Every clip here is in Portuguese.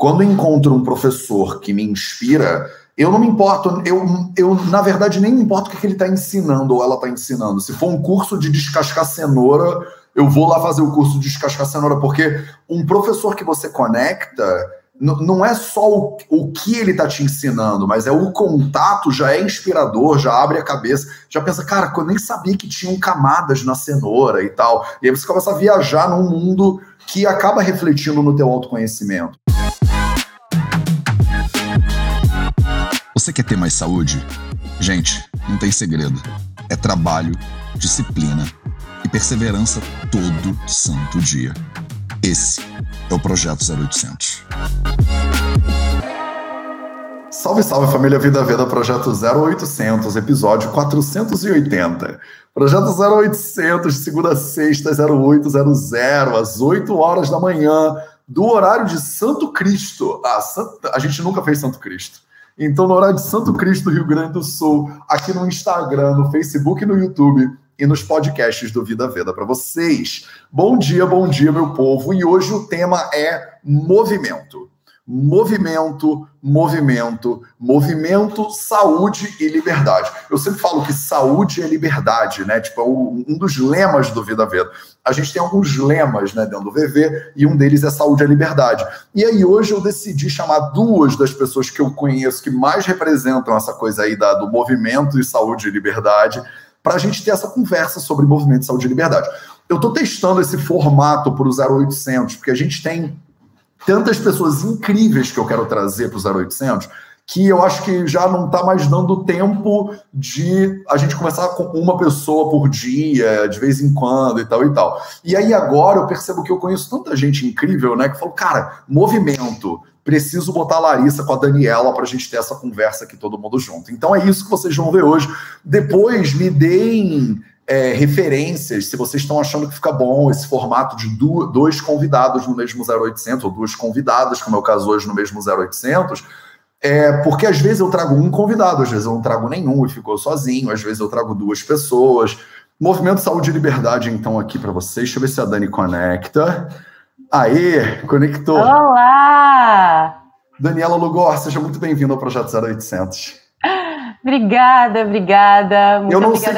quando encontro um professor que me inspira, eu não me importo, eu na verdade nem me importo o que ele está ensinando ou ela está ensinando. Se for um curso de descascar cenoura, eu vou lá fazer o curso de descascar cenoura, porque um professor que você conecta não é só o que ele está te ensinando, mas é o contato, já é inspirador, já abre a cabeça, já pensa, cara, eu nem sabia que tinham camadas na cenoura e tal. E aí você começa a viajar num mundo que acaba refletindo no teu autoconhecimento. Você quer ter mais saúde? Gente, não tem segredo. É trabalho, disciplina e perseverança todo santo dia. Esse é o Projeto 0800. Salve, salve, família Vida Veda, Projeto 0800, episódio 480. Projeto 0800, de segunda a sexta, 0800, às 8 horas da manhã, do horário de Santo Cristo. A gente nunca fez Santo Cristo. Então, no horário de Santo Cristo, Rio Grande do Sul, aqui no Instagram, no Facebook e no YouTube, e nos podcasts do Vida Veda para vocês. Bom dia, meu povo. E hoje o tema é movimento. Movimento, saúde e liberdade. Eu sempre falo que saúde é liberdade, né? Tipo, é um dos lemas do Vida Veda. A gente tem alguns lemas, né, dentro do VV, e um deles é saúde e liberdade. E aí hoje eu decidi chamar duas das pessoas que eu conheço que mais representam essa coisa aí do movimento e saúde e liberdade, para a gente ter essa conversa sobre movimento, saúde e liberdade. Eu estou testando esse formato para o 0800, porque a gente tem tantas pessoas incríveis que eu quero trazer para o 0800, que eu acho que já não está mais dando tempo de a gente começar com uma pessoa por dia, de vez em quando e tal e tal. E aí agora eu percebo que eu conheço tanta gente incrível, né, que falou, cara, movimento, preciso botar a Larissa com a Daniela para a gente ter essa conversa aqui todo mundo junto. Então é isso que vocês vão ver hoje. Depois me deem referências, se vocês estão achando que fica bom esse formato de dois convidados no mesmo 0800, ou duas convidadas, como é o caso hoje no mesmo 0800, porque às vezes eu trago um convidado, às vezes eu não trago nenhum e ficou sozinho, às vezes eu trago duas pessoas. Movimento Saúde e Liberdade, então, aqui para vocês. Deixa eu ver se a Dani conecta. Aê, conectou. Olá! Daniela Lugor, seja muito bem-vinda ao Projeto 0800. Obrigada. Eu não sei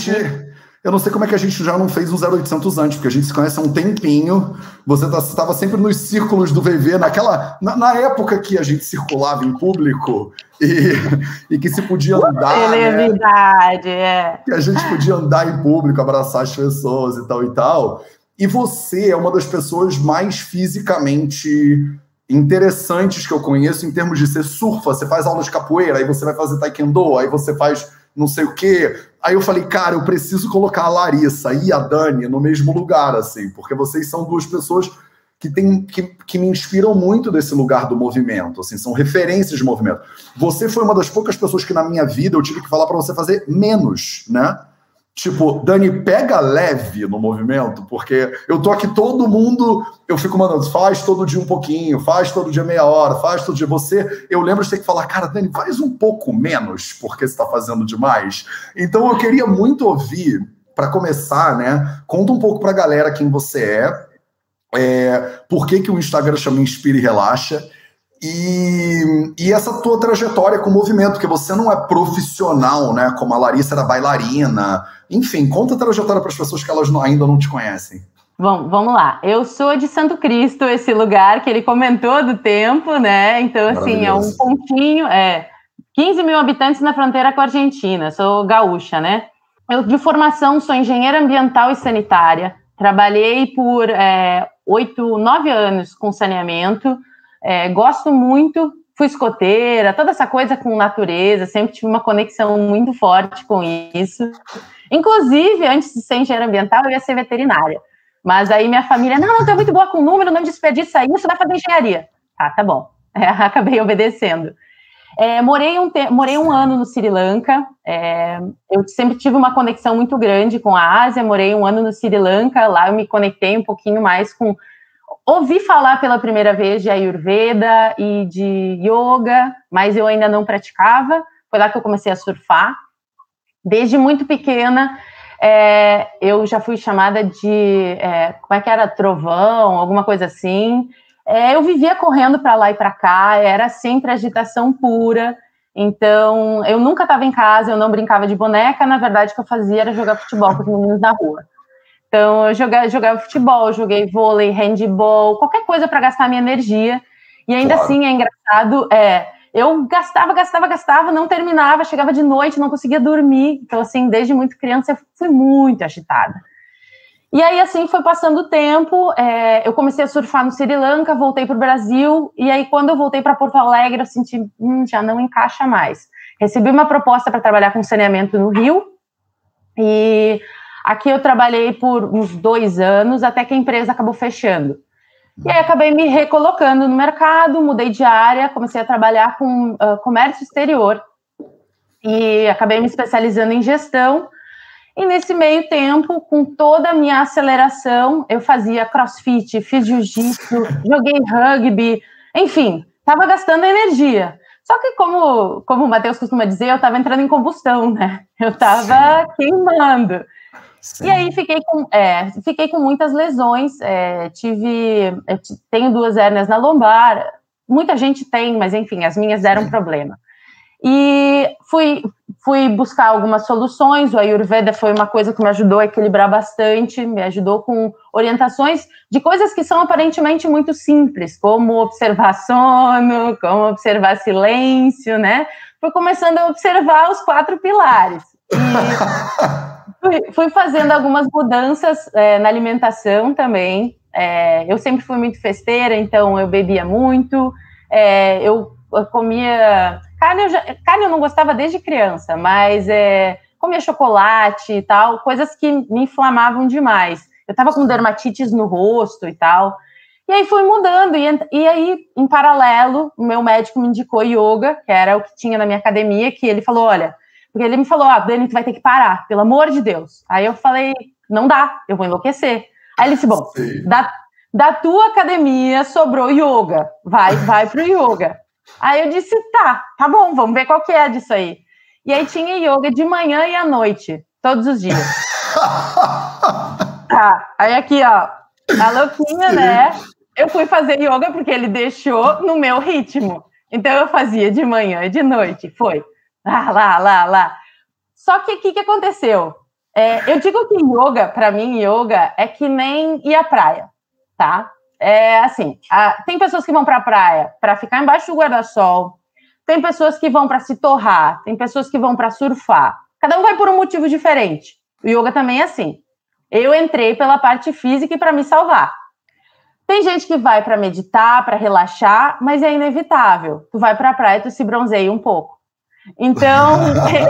como é que a gente já não fez o 0800 antes, porque a gente se conhece há um tempinho. Você estava sempre nos círculos do VV, na época que a gente circulava em público e que se podia andar. Celebridade, Que a gente podia andar em público, abraçar as pessoas e tal e tal. E você é uma das pessoas mais fisicamente interessantes que eu conheço em termos de ser surfa. Você faz aula de capoeira, aí você vai fazer taekwondo, aí você faz não sei o quê. Aí eu falei, cara, eu preciso colocar a Larissa e a Dani no mesmo lugar, assim, porque vocês são duas pessoas que me inspiram muito desse lugar do movimento, assim, são referências de movimento. Você foi uma das poucas pessoas que na minha vida eu tive que falar para você fazer menos, né? Tipo, Dani, pega leve no movimento, porque eu tô aqui todo mundo, eu fico mandando, faz todo dia um pouquinho, faz todo dia meia hora, faz todo dia você. Eu lembro de ter que falar, cara, Dani, faz um pouco menos, porque você tá fazendo demais. Então eu queria muito ouvir, para começar, né, conta um pouco pra galera quem você por que o Instagram chama Inspira e Relaxa, e essa tua trajetória com o movimento, porque você não é profissional, né? Como a Larissa era bailarina. Enfim, conta a trajetória para as pessoas que elas ainda não te conhecem. Bom, vamos lá. Eu sou de Santo Cristo, esse lugar que ele comentou do tempo, né? Então, assim, é um pontinho, 15 mil habitantes na fronteira com a Argentina. Sou gaúcha, né? Eu, de formação, sou engenheira ambiental e sanitária. Trabalhei por 9 anos com saneamento. Gosto muito, fui escoteira, toda essa coisa com natureza, sempre tive uma conexão muito forte com isso. Inclusive, antes de ser engenheira ambiental, eu ia ser veterinária. Mas aí minha família, não, tu é muito boa com número, não desperdiça isso, vai fazer engenharia. Tá bom. Acabei obedecendo. Morei um ano no Sri Lanka, eu sempre tive uma conexão muito grande com a Ásia, morei um ano no Sri Lanka, lá eu me conectei um pouquinho mais com... Ouvi falar pela primeira vez de Ayurveda e de Yoga, mas eu ainda não praticava. Foi lá que eu comecei a surfar. Desde muito pequena, eu já fui chamada de... como é que era? Trovão, alguma coisa assim. eu vivia correndo para lá e para cá, era sempre agitação pura. Então, eu nunca estava em casa, eu não brincava de boneca, na verdade o que eu fazia era jogar futebol com os meninos na rua. Então, eu jogava futebol, joguei vôlei, handball, qualquer coisa para gastar minha energia. E ainda assim, é engraçado, eu gastava, não terminava, chegava de noite, não conseguia dormir. Então, assim, desde muito criança, eu fui muito agitada. E aí, assim, foi passando o tempo, eu comecei a surfar no Sri Lanka, voltei para o Brasil, e aí, quando eu voltei para Porto Alegre, eu senti, já não encaixa mais. Recebi uma proposta para trabalhar com saneamento no Rio, e aqui eu trabalhei por uns 2 anos, até que a empresa acabou fechando. E aí, acabei me recolocando no mercado, mudei de área, comecei a trabalhar com comércio exterior, e acabei me especializando em gestão. E nesse meio tempo, com toda a minha aceleração, eu fazia crossfit, fiz jiu-jitsu, joguei rugby, enfim, estava gastando energia. Só que, como o Matheus costuma dizer, eu estava entrando em combustão, né? Eu estava queimando. Sim. E aí fiquei com muitas lesões, tenho 2 hérnias na lombar, muita gente tem, mas enfim, as minhas deram problema. E fui buscar algumas soluções, o Ayurveda foi uma coisa que me ajudou a equilibrar bastante, me ajudou com orientações de coisas que são aparentemente muito simples, como observar sono, como observar silêncio, né? Fui começando a observar os 4 pilares. E fui fazendo algumas mudanças na alimentação também. Eu sempre fui muito festeira, então eu bebia muito, eu comia... Carne eu não gostava desde criança, mas comia chocolate e tal, coisas que me inflamavam demais. Eu tava com dermatites no rosto e tal. E aí fui mudando, e aí, em paralelo, o meu médico me indicou yoga, que era o que tinha na minha academia, que ele falou, porque ele me falou, Dani, tu vai ter que parar, pelo amor de Deus. Aí eu falei, não dá, eu vou enlouquecer. Aí ele disse, bom, da tua academia sobrou yoga, vai pro yoga. Aí eu disse, tá bom, vamos ver qual que é disso aí. E aí tinha yoga de manhã e à noite, todos os dias. Aí aqui, ó, a louquinha, né? Eu fui fazer yoga porque ele deixou no meu ritmo. Então eu fazia de manhã e de noite, foi lá. Só que o que aconteceu? Eu digo que yoga, para mim, yoga é que nem ir à praia, tá? Assim, tem pessoas que vão para a praia para ficar embaixo do guarda-sol, tem pessoas que vão para se torrar, tem pessoas que vão para surfar. Cada um vai por um motivo diferente. O yoga também é assim. Eu entrei pela parte física e para me salvar. Tem gente que vai para meditar, para relaxar, mas é inevitável. Tu vai para a praia e tu se bronzeia um pouco. Então,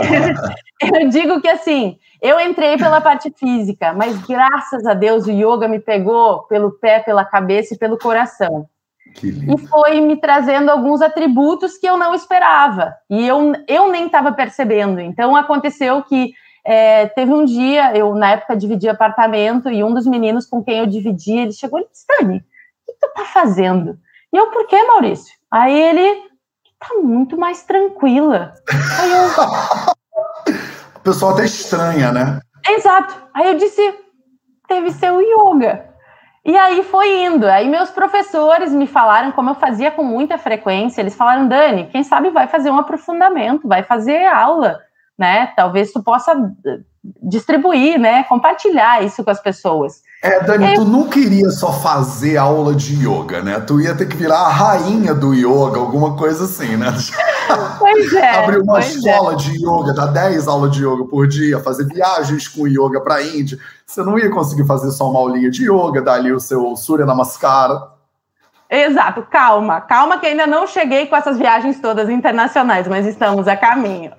eu digo que assim, eu entrei pela parte física, mas graças a Deus o yoga me pegou pelo pé, pela cabeça e pelo coração. E foi me trazendo alguns atributos que eu não esperava. E eu nem estava percebendo. Então, aconteceu que teve um dia, eu na época dividi apartamento, e um dos meninos com quem eu dividi, ele chegou e disse, Dani, o que tu tá fazendo? E eu, por quê, Maurício? Aí ele, tá muito mais tranquila. Aí eu... O pessoal até estranha, né? Exato. Aí eu disse, deve ser o yoga. E aí foi indo. Aí meus professores me falaram, como eu fazia com muita frequência, eles falaram, Dani, quem sabe vai fazer um aprofundamento, vai fazer aula, né? Talvez tu possa distribuir, né? Compartilhar isso com as pessoas. Dani, tu não queria só fazer aula de yoga, né? Tu ia ter que virar a rainha do yoga, alguma coisa assim, né? Pois é. Abrir uma escola de yoga, dar 10 aulas de yoga por dia, fazer viagens com yoga para a Índia. Você não ia conseguir fazer só uma aulinha de yoga, dar ali o seu Surya Namaskara. Exato, calma que ainda não cheguei com essas viagens todas internacionais, mas estamos a caminho.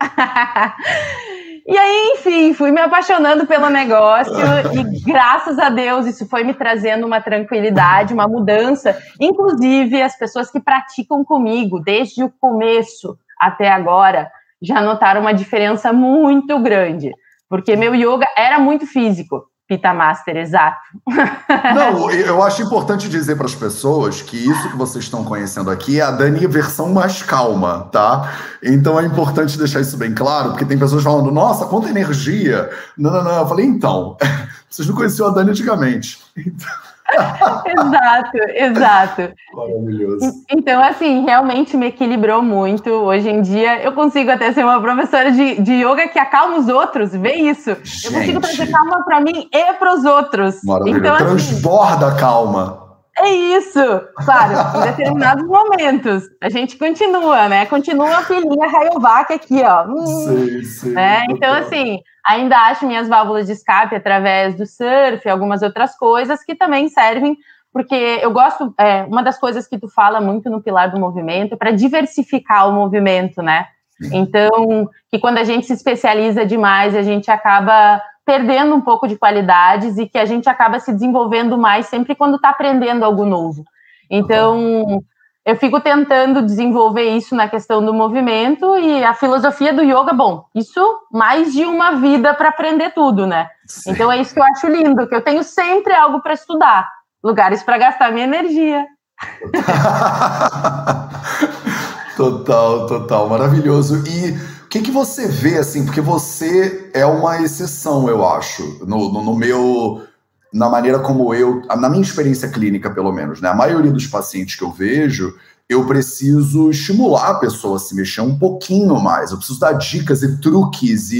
E aí, enfim, fui me apaixonando pelo negócio e, graças a Deus, isso foi me trazendo uma tranquilidade, uma mudança. Inclusive, as pessoas que praticam comigo desde o começo até agora já notaram uma diferença muito grande, porque meu yoga era muito físico. Pitta Master, exato. Não, eu acho importante dizer para as pessoas que isso que vocês estão conhecendo aqui é a Dani versão mais calma, tá? Então é importante deixar isso bem claro, porque tem pessoas falando, nossa, quanta energia. Não. Eu falei, então, vocês não conheciam a Dani antigamente. Então... Exato. Maravilhoso. Então, assim, realmente me equilibrou muito. Hoje em dia, eu consigo até ser uma professora de yoga que acalma os outros, vê isso. Gente. Eu consigo trazer calma para mim e para os outros. Maravilhoso. Então, transborda a calma. É isso, claro, em determinados momentos. A gente continua, né? Continua a filhinha Rayovac aqui, ó. Sei. Né? Então, assim, ainda acho minhas válvulas de escape através do surf, algumas outras coisas que também servem, porque eu gosto, uma das coisas que tu fala muito no pilar do movimento é para diversificar o movimento, né? Então, que quando a gente se especializa demais, a gente acaba perdendo um pouco de qualidades e que a gente acaba se desenvolvendo mais sempre quando está aprendendo algo novo. Então, eu fico tentando desenvolver isso na questão do movimento e a filosofia do yoga, bom, isso mais de uma vida para aprender tudo, né? Sim. Então, é isso que eu acho lindo, que eu tenho sempre algo para estudar, lugares para gastar minha energia. Total, maravilhoso. E o que você vê, assim, porque você é uma exceção, eu acho, na maneira como na minha experiência clínica, pelo menos, né? A maioria dos pacientes que eu vejo, eu preciso estimular a pessoa a se mexer um pouquinho mais, eu preciso dar dicas e truques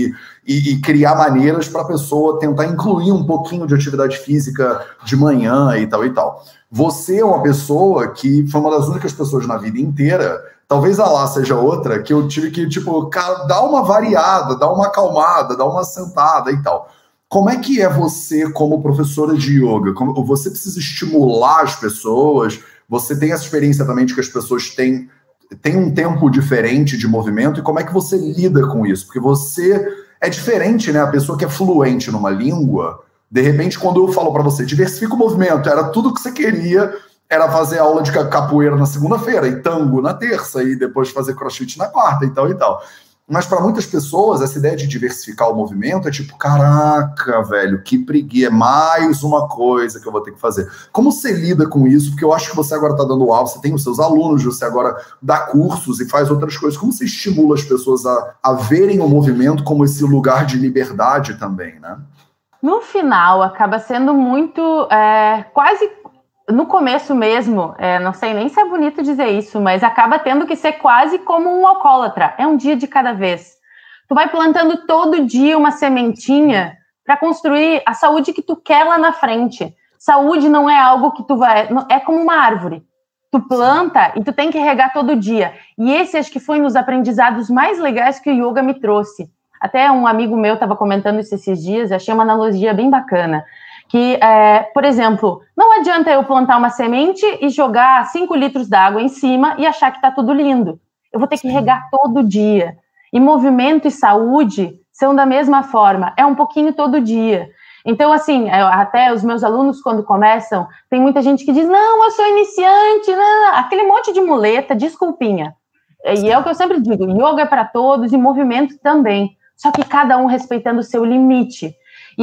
e criar maneiras para a pessoa tentar incluir um pouquinho de atividade física de manhã e tal. Você é uma pessoa que foi uma das únicas pessoas na vida inteira, talvez a Lá seja outra, que eu tive que, dar uma variada, dar uma acalmada, dar uma sentada e tal. Como é que é você como professora de yoga? Você precisa estimular as pessoas? Você tem essa experiência também de que as pessoas têm um tempo diferente de movimento? E como é que você lida com isso? Porque você é diferente, né? A pessoa que é fluente numa língua, de repente, quando eu falo para você, diversifica o movimento, era tudo que você queria, era fazer aula de capoeira na segunda-feira, e tango na terça, e depois fazer crossfit na quarta, e tal. Mas para muitas pessoas, essa ideia de diversificar o movimento é tipo, caraca, velho, que preguiça, é mais uma coisa que eu vou ter que fazer. Como você lida com isso? Porque eu acho que você agora está dando aula, você tem os seus alunos, você agora dá cursos e faz outras coisas. Como você estimula as pessoas a verem o movimento como esse lugar de liberdade também, né? No final, acaba sendo muito, quase... No começo mesmo, não sei nem se é bonito dizer isso, mas acaba tendo que ser quase como um alcoólatra. É um dia de cada vez. Tu vai plantando todo dia uma sementinha para construir a saúde que tu quer lá na frente. Saúde não é algo que tu vai... É como uma árvore. Tu planta e tu tem que regar todo dia. E esse acho que foi um dos aprendizados mais legais que o yoga me trouxe. Até um amigo meu estava comentando isso esses dias, achei uma analogia bem bacana. Que, por exemplo, não adianta eu plantar uma semente e jogar 5 litros d'água em cima e achar que está tudo lindo. Eu vou ter que regar todo dia. E movimento e saúde são da mesma forma, é um pouquinho todo dia. Então, assim, até os meus alunos, quando começam, tem muita gente que diz, não, eu sou iniciante, não, aquele monte de muleta, desculpinha. E é o que eu sempre digo, yoga é para todos e movimento também, só que cada um respeitando o seu limite. E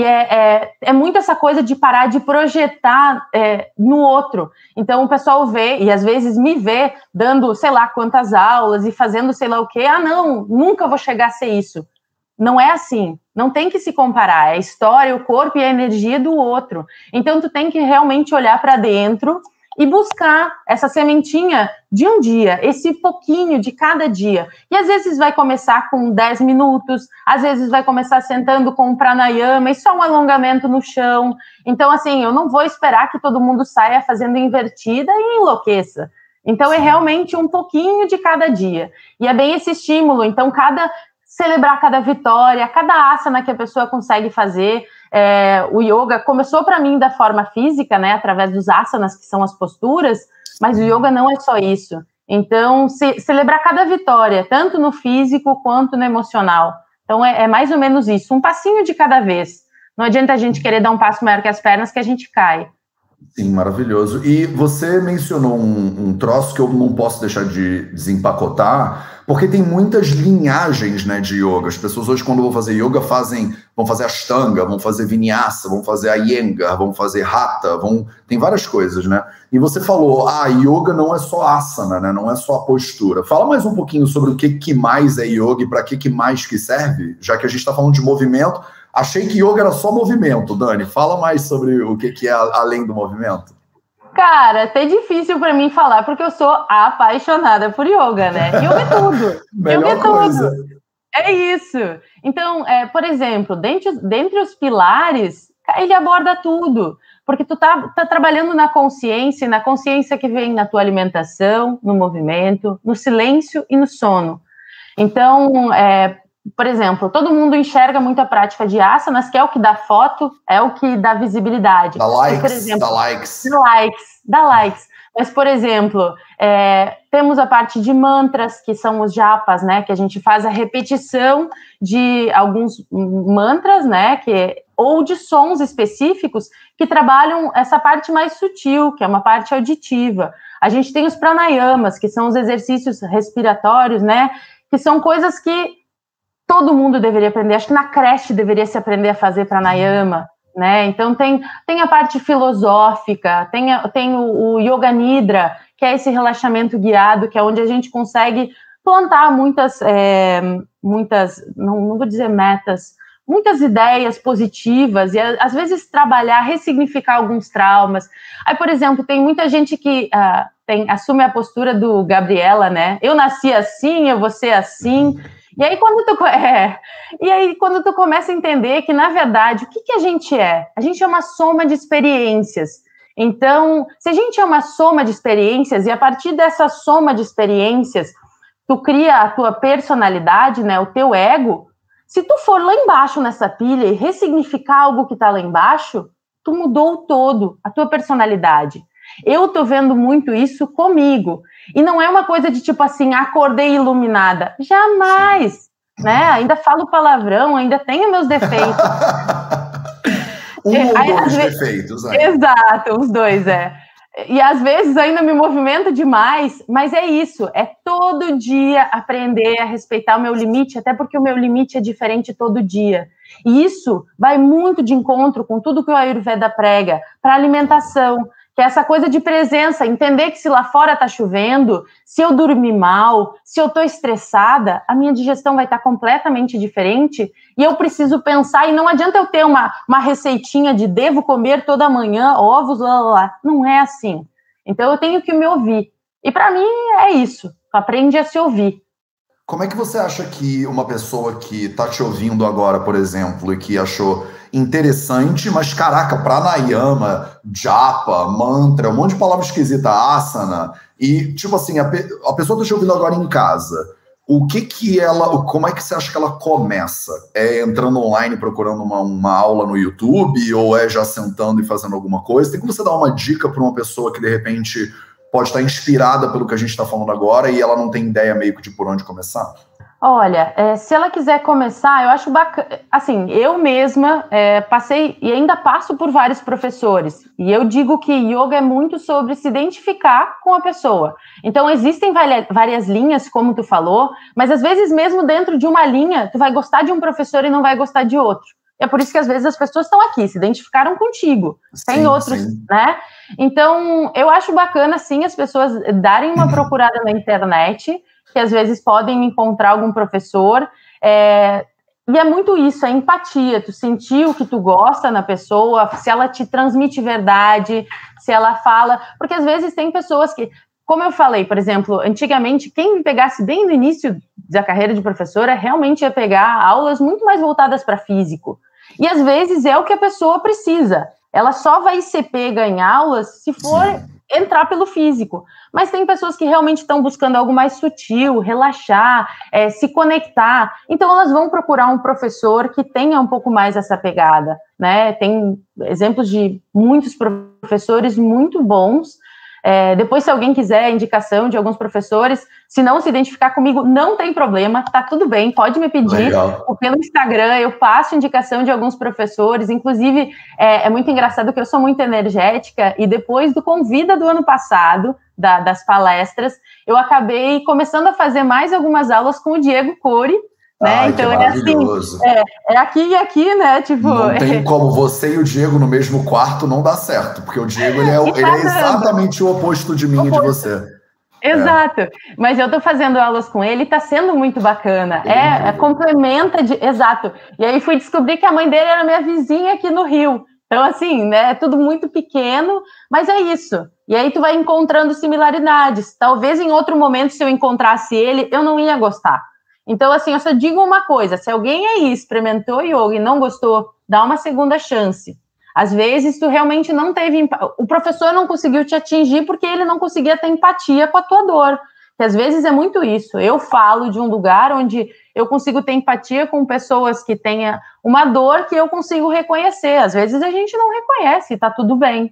é muito essa coisa de parar de projetar no outro. Então, o pessoal vê, e às vezes me vê, dando sei lá quantas aulas e fazendo sei lá o quê. Ah, não, nunca vou chegar a ser isso. Não é assim. Não tem que se comparar. É a história, o corpo e a energia do outro. Então, tu tem que realmente olhar para dentro e buscar essa sementinha de um dia, esse pouquinho de cada dia. E às vezes vai começar com 10 minutos, às vezes vai começar sentando com um pranayama e só um alongamento no chão. Então, assim, eu não vou esperar que todo mundo saia fazendo invertida e enlouqueça. Então, é realmente um pouquinho de cada dia. E é bem esse estímulo. Então, celebrar cada vitória, cada asana que a pessoa consegue fazer. O yoga começou para mim da forma física, né, através dos asanas, que são as posturas, mas o yoga não é só isso. Então, celebrar cada vitória, tanto no físico quanto no emocional. Então, é mais ou menos isso, um passinho de cada vez. Não adianta a gente querer dar um passo maior que as pernas que a gente cai. Sim, maravilhoso. E você mencionou um troço que eu não posso deixar de desempacotar, porque tem muitas linhagens, né, de yoga. As pessoas hoje, quando vão fazer yoga, vão fazer Ashtanga, vão fazer Vinyasa, vão fazer Iyengar, vão fazer Hatha, tem várias coisas, né? E você falou, yoga não é só asana, né? Não é só a postura. Fala mais um pouquinho sobre o que mais é yoga e para que mais que serve, já que a gente está falando de movimento. Achei que yoga era só movimento, Dani. Fala mais sobre o que é além do movimento. Cara, até difícil para mim falar, porque eu sou apaixonada por yoga, né? Yoga é tudo. Melhor yoga é coisa. tudo. É isso. Então, por exemplo, dentre os pilares, ele aborda tudo. Porque tu tá trabalhando na consciência que vem na tua alimentação, no movimento, no silêncio e no sono. Então, por exemplo, todo mundo enxerga muito a prática de asanas, que é o que dá foto, é o que dá visibilidade. Dá likes, por exemplo, dá likes. Mas, por exemplo, temos a parte de mantras, que são os japas, né? Que a gente faz a repetição de alguns mantras, né? Ou de sons específicos que trabalham essa parte mais sutil, que é uma parte auditiva. A gente tem os pranayamas, que são os exercícios respiratórios, né? Que são coisas que todo mundo deveria aprender. Acho que na creche deveria se aprender a fazer pranayama, né? Então tem a parte filosófica, tem o Yoga Nidra, que é esse relaxamento guiado, que é onde a gente consegue plantar muitas, não vou dizer metas, muitas ideias positivas e às vezes trabalhar, ressignificar alguns traumas. Aí, por exemplo, tem muita gente que assume a postura do Gabriela, né? Eu nasci assim, eu vou ser assim. E aí, quando tu começa a entender que, na verdade, o que a gente é? A gente é uma soma de experiências. Então, se a gente é uma soma de experiências, e a partir dessa soma de experiências, tu cria a tua personalidade, né, o teu ego, se tu for lá embaixo nessa pilha e ressignificar algo que está lá embaixo, tu mudou todo, a tua personalidade. Eu tô vendo muito isso comigo. E não é uma coisa de tipo assim, acordei iluminada. Jamais, né? Ainda falo palavrão, ainda tenho meus defeitos. Ou dois defeitos. Exato, os dois, E às vezes ainda me movimento demais, mas é isso, é todo dia aprender a respeitar o meu limite, até porque o meu limite é diferente todo dia. E isso vai muito de encontro com tudo que o Ayurveda prega, para alimentação, que é essa coisa de presença, entender que se lá fora tá chovendo, se eu dormir mal, se eu tô estressada, a minha digestão vai estar completamente diferente e eu preciso pensar, e não adianta eu ter uma receitinha de devo comer toda manhã, ovos, lá. Não é assim. Então eu tenho que me ouvir. E para mim é isso, aprende a se ouvir. Como é que você acha que uma pessoa que tá te ouvindo agora, por exemplo, e que achou interessante, mas caraca, pranayama, japa, mantra, um monte de palavra esquisita, asana, e tipo assim, a pessoa tá te ouvindo agora em casa, como é que você acha que ela começa? É entrando online procurando uma aula no YouTube, ou é já sentando e fazendo alguma coisa? Tem como você dar uma dica para uma pessoa que de repente pode estar inspirada pelo que a gente está falando agora e ela não tem ideia meio que de por onde começar? Olha, se ela quiser começar, eu acho bacana, assim, eu mesma passei e ainda passo por vários professores, e eu digo que yoga é muito sobre se identificar com a pessoa. Então, existem várias linhas, como tu falou, mas às vezes mesmo dentro de uma linha, tu vai gostar de um professor e não vai gostar de outro. É por isso que às vezes as pessoas estão aqui, se identificaram contigo, tem outros, né? Então, eu acho bacana, sim, as pessoas darem uma procurada na internet, que às vezes podem encontrar algum professor, e é muito isso, a empatia, tu sentir o que tu gosta na pessoa, se ela te transmite verdade, se ela fala, porque às vezes tem pessoas que, como eu falei, por exemplo, antigamente, quem me pegasse bem no início da carreira de professora, realmente ia pegar aulas muito mais voltadas para físico, e às vezes é o que a pessoa precisa, ela só vai ser pega em aulas se for entrar pelo físico, mas tem pessoas que realmente estão buscando algo mais sutil, relaxar, se conectar, então elas vão procurar um professor que tenha um pouco mais essa pegada, né? Tem exemplos de muitos professores muito bons. Depois, se alguém quiser indicação de alguns professores, se não se identificar comigo, não tem problema, tá tudo bem, pode me pedir. Pelo Instagram, eu passo indicação de alguns professores, inclusive, é muito engraçado que eu sou muito energética, e depois do Convida do ano passado, das palestras, eu acabei começando a fazer mais algumas aulas com o Diego Cori, né? Ai, então é maravilhoso. É aqui e aqui, né? Tipo, não tem como você e o Diego no mesmo quarto não dar certo, porque o Diego ele é exatamente o oposto de mim e de você. Exato, mas eu tô fazendo aulas com ele e tá sendo muito bacana, complementa exato, e aí fui descobrir que a mãe dele era minha vizinha aqui no Rio, então assim, né, é tudo muito pequeno, mas é isso, E aí tu vai encontrando similaridades. Talvez em outro momento, se eu encontrasse ele, eu não ia gostar. Então, assim, eu só digo uma coisa, se alguém aí experimentou yoga e não gostou, dá uma segunda chance. Às vezes, tu realmente não teve... O professor não conseguiu te atingir porque ele não conseguia ter empatia com a tua dor. Que às vezes é muito isso. Eu falo de um lugar onde eu consigo ter empatia com pessoas que tenham uma dor que eu consigo reconhecer. Às vezes a gente não reconhece e tá tudo bem.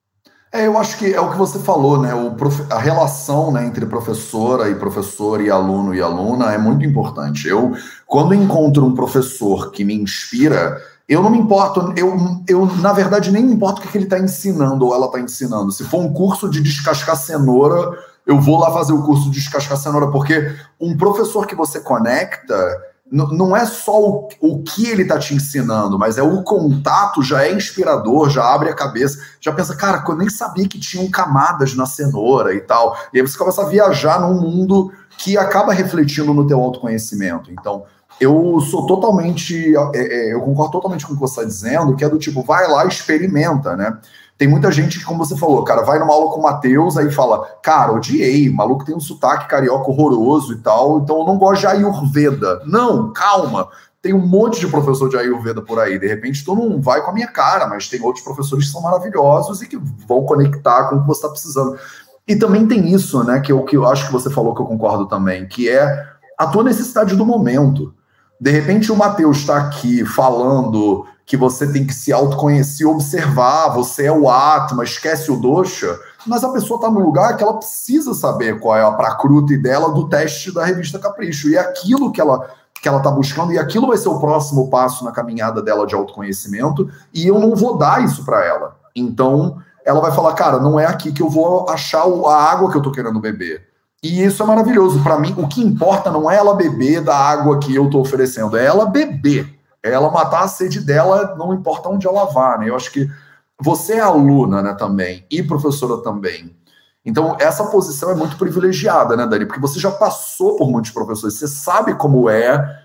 Eu acho que é o que você falou, né? A relação, né, entre professora e professor e aluno e aluna é muito importante. Quando encontro um professor que me inspira, eu não me importo, eu na verdade nem me importo o que ele está ensinando ou ela está ensinando. Se for um curso de descascar cenoura, eu vou lá fazer o curso de descascar cenoura, porque um professor que você conecta... Não é só o que ele está te ensinando, mas é o contato, já é inspirador, já abre a cabeça, já pensa, cara, eu nem sabia que tinham camadas na cenoura e tal. E aí você começa a viajar num mundo que acaba refletindo no teu autoconhecimento. Então, eu sou totalmente, eu concordo totalmente com o que você está dizendo, que é do tipo, vai lá, experimenta, né? Tem muita gente que, como você falou, cara, vai numa aula com o Matheus, aí fala, cara, odiei, o maluco tem um sotaque carioca horroroso e tal, então eu não gosto de Ayurveda. Não, calma, tem um monte de professor de Ayurveda por aí, de repente tu não vai com a minha cara, mas tem outros professores que são maravilhosos e que vão conectar com o que você está precisando. E também tem isso, né, que eu acho que você falou que eu concordo também, que é a tua necessidade do momento. De repente o Matheus está aqui falando que você tem que se autoconhecer, observar, você é o Atma, esquece o dosha, mas a pessoa está no lugar que ela precisa saber qual é a prakriti dela do teste da revista Capricho, e é aquilo que ela está buscando, e aquilo vai ser o próximo passo na caminhada dela de autoconhecimento, e eu não vou dar isso para ela. Então, ela vai falar, cara, não é aqui que eu vou achar a água que eu estou querendo beber. E isso é maravilhoso. Para mim, o que importa não é ela beber da água que eu estou oferecendo, é ela beber. É ela matar a sede dela, não importa onde ela vá, né? Eu acho que você é aluna, né, também, e professora também. Então, essa posição é muito privilegiada, né, Dani? Porque você já passou por muitos professores, você sabe como é,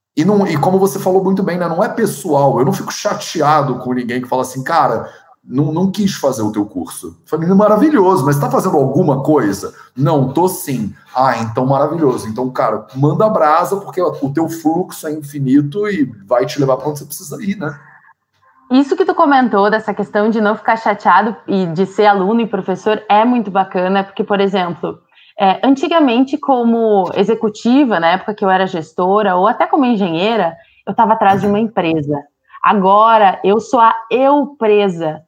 e como você falou muito bem, né, não é pessoal. Eu não fico chateado com ninguém que fala assim, cara, não quis fazer o teu curso. Falei, maravilhoso, mas tá fazendo alguma coisa? Não, tô sim. Ah, então maravilhoso. Então, cara, manda brasa, porque o teu fluxo é infinito e vai te levar para onde você precisa ir, né? Isso que tu comentou, dessa questão de não ficar chateado e de ser aluno e professor, é muito bacana, porque, por exemplo, antigamente, como executiva, na época que eu era gestora, ou até como engenheira, eu estava atrás de uma empresa. Agora, eu sou a eu-presa.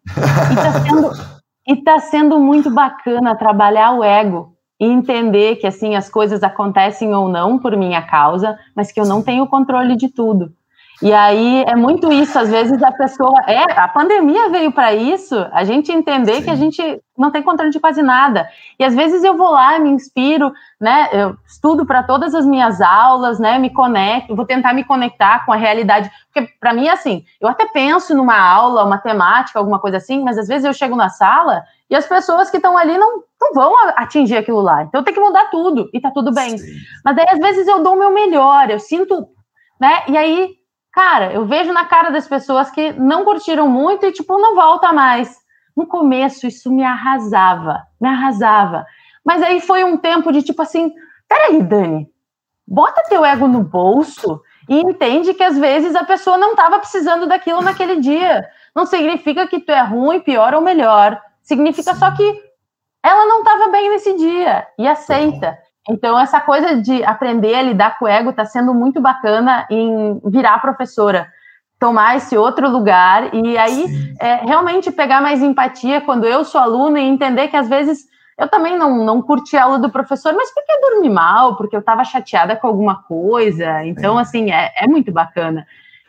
E tá sendo muito bacana trabalhar o ego e entender que, assim, as coisas acontecem ou não por minha causa, mas que eu não tenho controle de tudo. E aí, é muito isso, às vezes a pessoa... a pandemia veio para isso, a gente entender Sim. que a gente não tem controle de quase nada. E às vezes eu vou lá, me inspiro, né? Eu estudo para todas as minhas aulas, né? Me conecto, vou tentar me conectar com a realidade. Porque para mim, assim, eu até penso numa aula, uma temática, alguma coisa assim, mas às vezes eu chego na sala e as pessoas que estão ali não vão atingir aquilo lá. Então eu tenho que mudar tudo e tá tudo bem. Sim. Mas daí às vezes eu dou o meu melhor, eu sinto, né? E aí... Cara, eu vejo na cara das pessoas que não curtiram muito e, tipo, não volta mais. No começo, isso me arrasava. Mas aí foi um tempo de, tipo assim, peraí, Dani, bota teu ego no bolso e entende que, às vezes, a pessoa não estava precisando daquilo naquele dia. Não significa que tu é ruim, pior ou melhor. Significa só que ela não estava bem nesse dia e aceita. Então, essa coisa de aprender a lidar com o ego está sendo muito bacana em virar professora, tomar esse outro lugar e aí realmente pegar mais empatia quando eu sou aluna e entender que às vezes eu também não curti a aula do professor, mas porque eu dormi mal, porque eu estava chateada com alguma coisa. Então, assim, é muito bacana.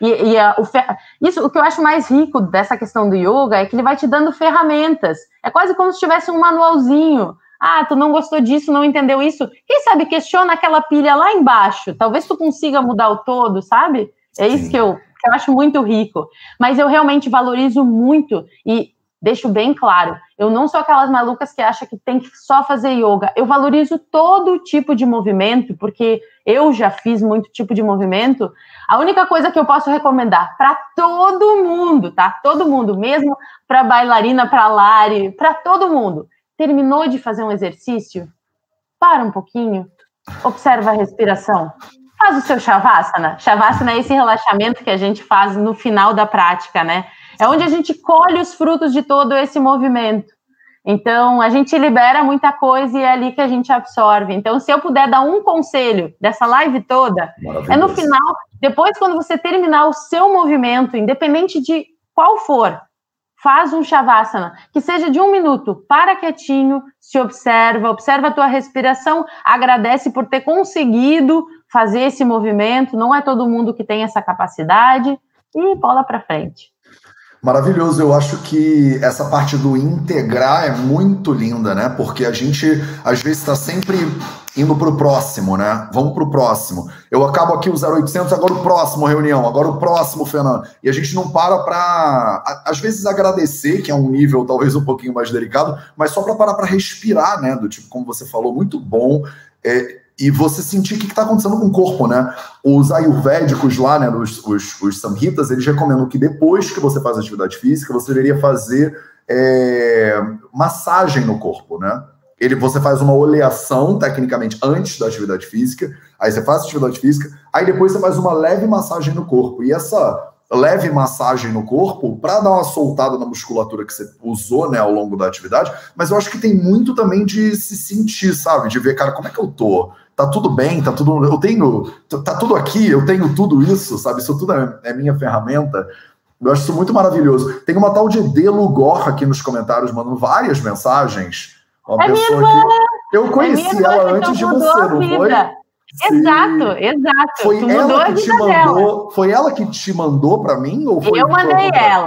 O que eu acho mais rico dessa questão do yoga é que ele vai te dando ferramentas. É quase como se tivesse um manualzinho. Ah, tu não gostou disso, não entendeu isso. Quem sabe questiona aquela pilha lá embaixo. Talvez tu consiga mudar o todo, sabe? É isso que eu acho muito rico. Mas eu realmente valorizo muito e deixo bem claro, eu não sou aquelas malucas que acham que tem que só fazer yoga. Eu valorizo todo tipo de movimento, porque eu já fiz muito tipo de movimento. A única coisa que eu posso recomendar para todo mundo, tá? Todo mundo, mesmo para bailarina, para Lari, para todo mundo. terminou de fazer um exercício, para um pouquinho, observa a respiração, faz o seu Shavasana. Shavasana é esse relaxamento que a gente faz no final da prática, né? É onde a gente colhe os frutos de todo esse movimento. Então, a gente libera muita coisa e é ali que a gente absorve. Então, se eu puder dar um conselho dessa live toda, é no final, depois quando você terminar o seu movimento, independente de qual for, faz um Shavasana, que seja de 1 minuto, para quietinho, se observa a tua respiração, agradece por ter conseguido fazer esse movimento, não é todo mundo que tem essa capacidade, e bola para frente. Maravilhoso, eu acho que essa parte do integrar é muito linda, né? Porque a gente, às vezes, está sempre indo para o próximo, né? Vamos para o próximo. Eu acabo aqui o 0800, agora o próximo reunião, agora o próximo, Fernando. E a gente não para, às vezes, agradecer, que é um nível talvez um pouquinho mais delicado, mas só para parar para respirar, né? Do tipo, como você falou, muito bom. E você sentir o que está acontecendo com o corpo, né? Os ayurvédicos lá, né, os samhitas, eles recomendam que depois que você faz atividade física, você deveria fazer massagem no corpo, né? Você faz uma oleação, tecnicamente, antes da atividade física, aí você faz a atividade física, aí depois você faz uma leve massagem no corpo. E essa leve massagem no corpo, para dar uma soltada na musculatura que você usou, né, ao longo da atividade, mas eu acho que tem muito também de se sentir, sabe? De ver, cara, como é que eu tô? Tá tudo bem, tá tudo aqui, eu tenho tudo isso, sabe? Isso tudo é minha ferramenta. Eu acho isso muito maravilhoso. Tem uma tal de Delugor aqui nos comentários, mandando várias mensagens. Uma pessoa que eu conheci ela antes de você, não foi? Exato. Foi ela que te mandou? Foi ela que te mandou para mim ou foi? Eu mandei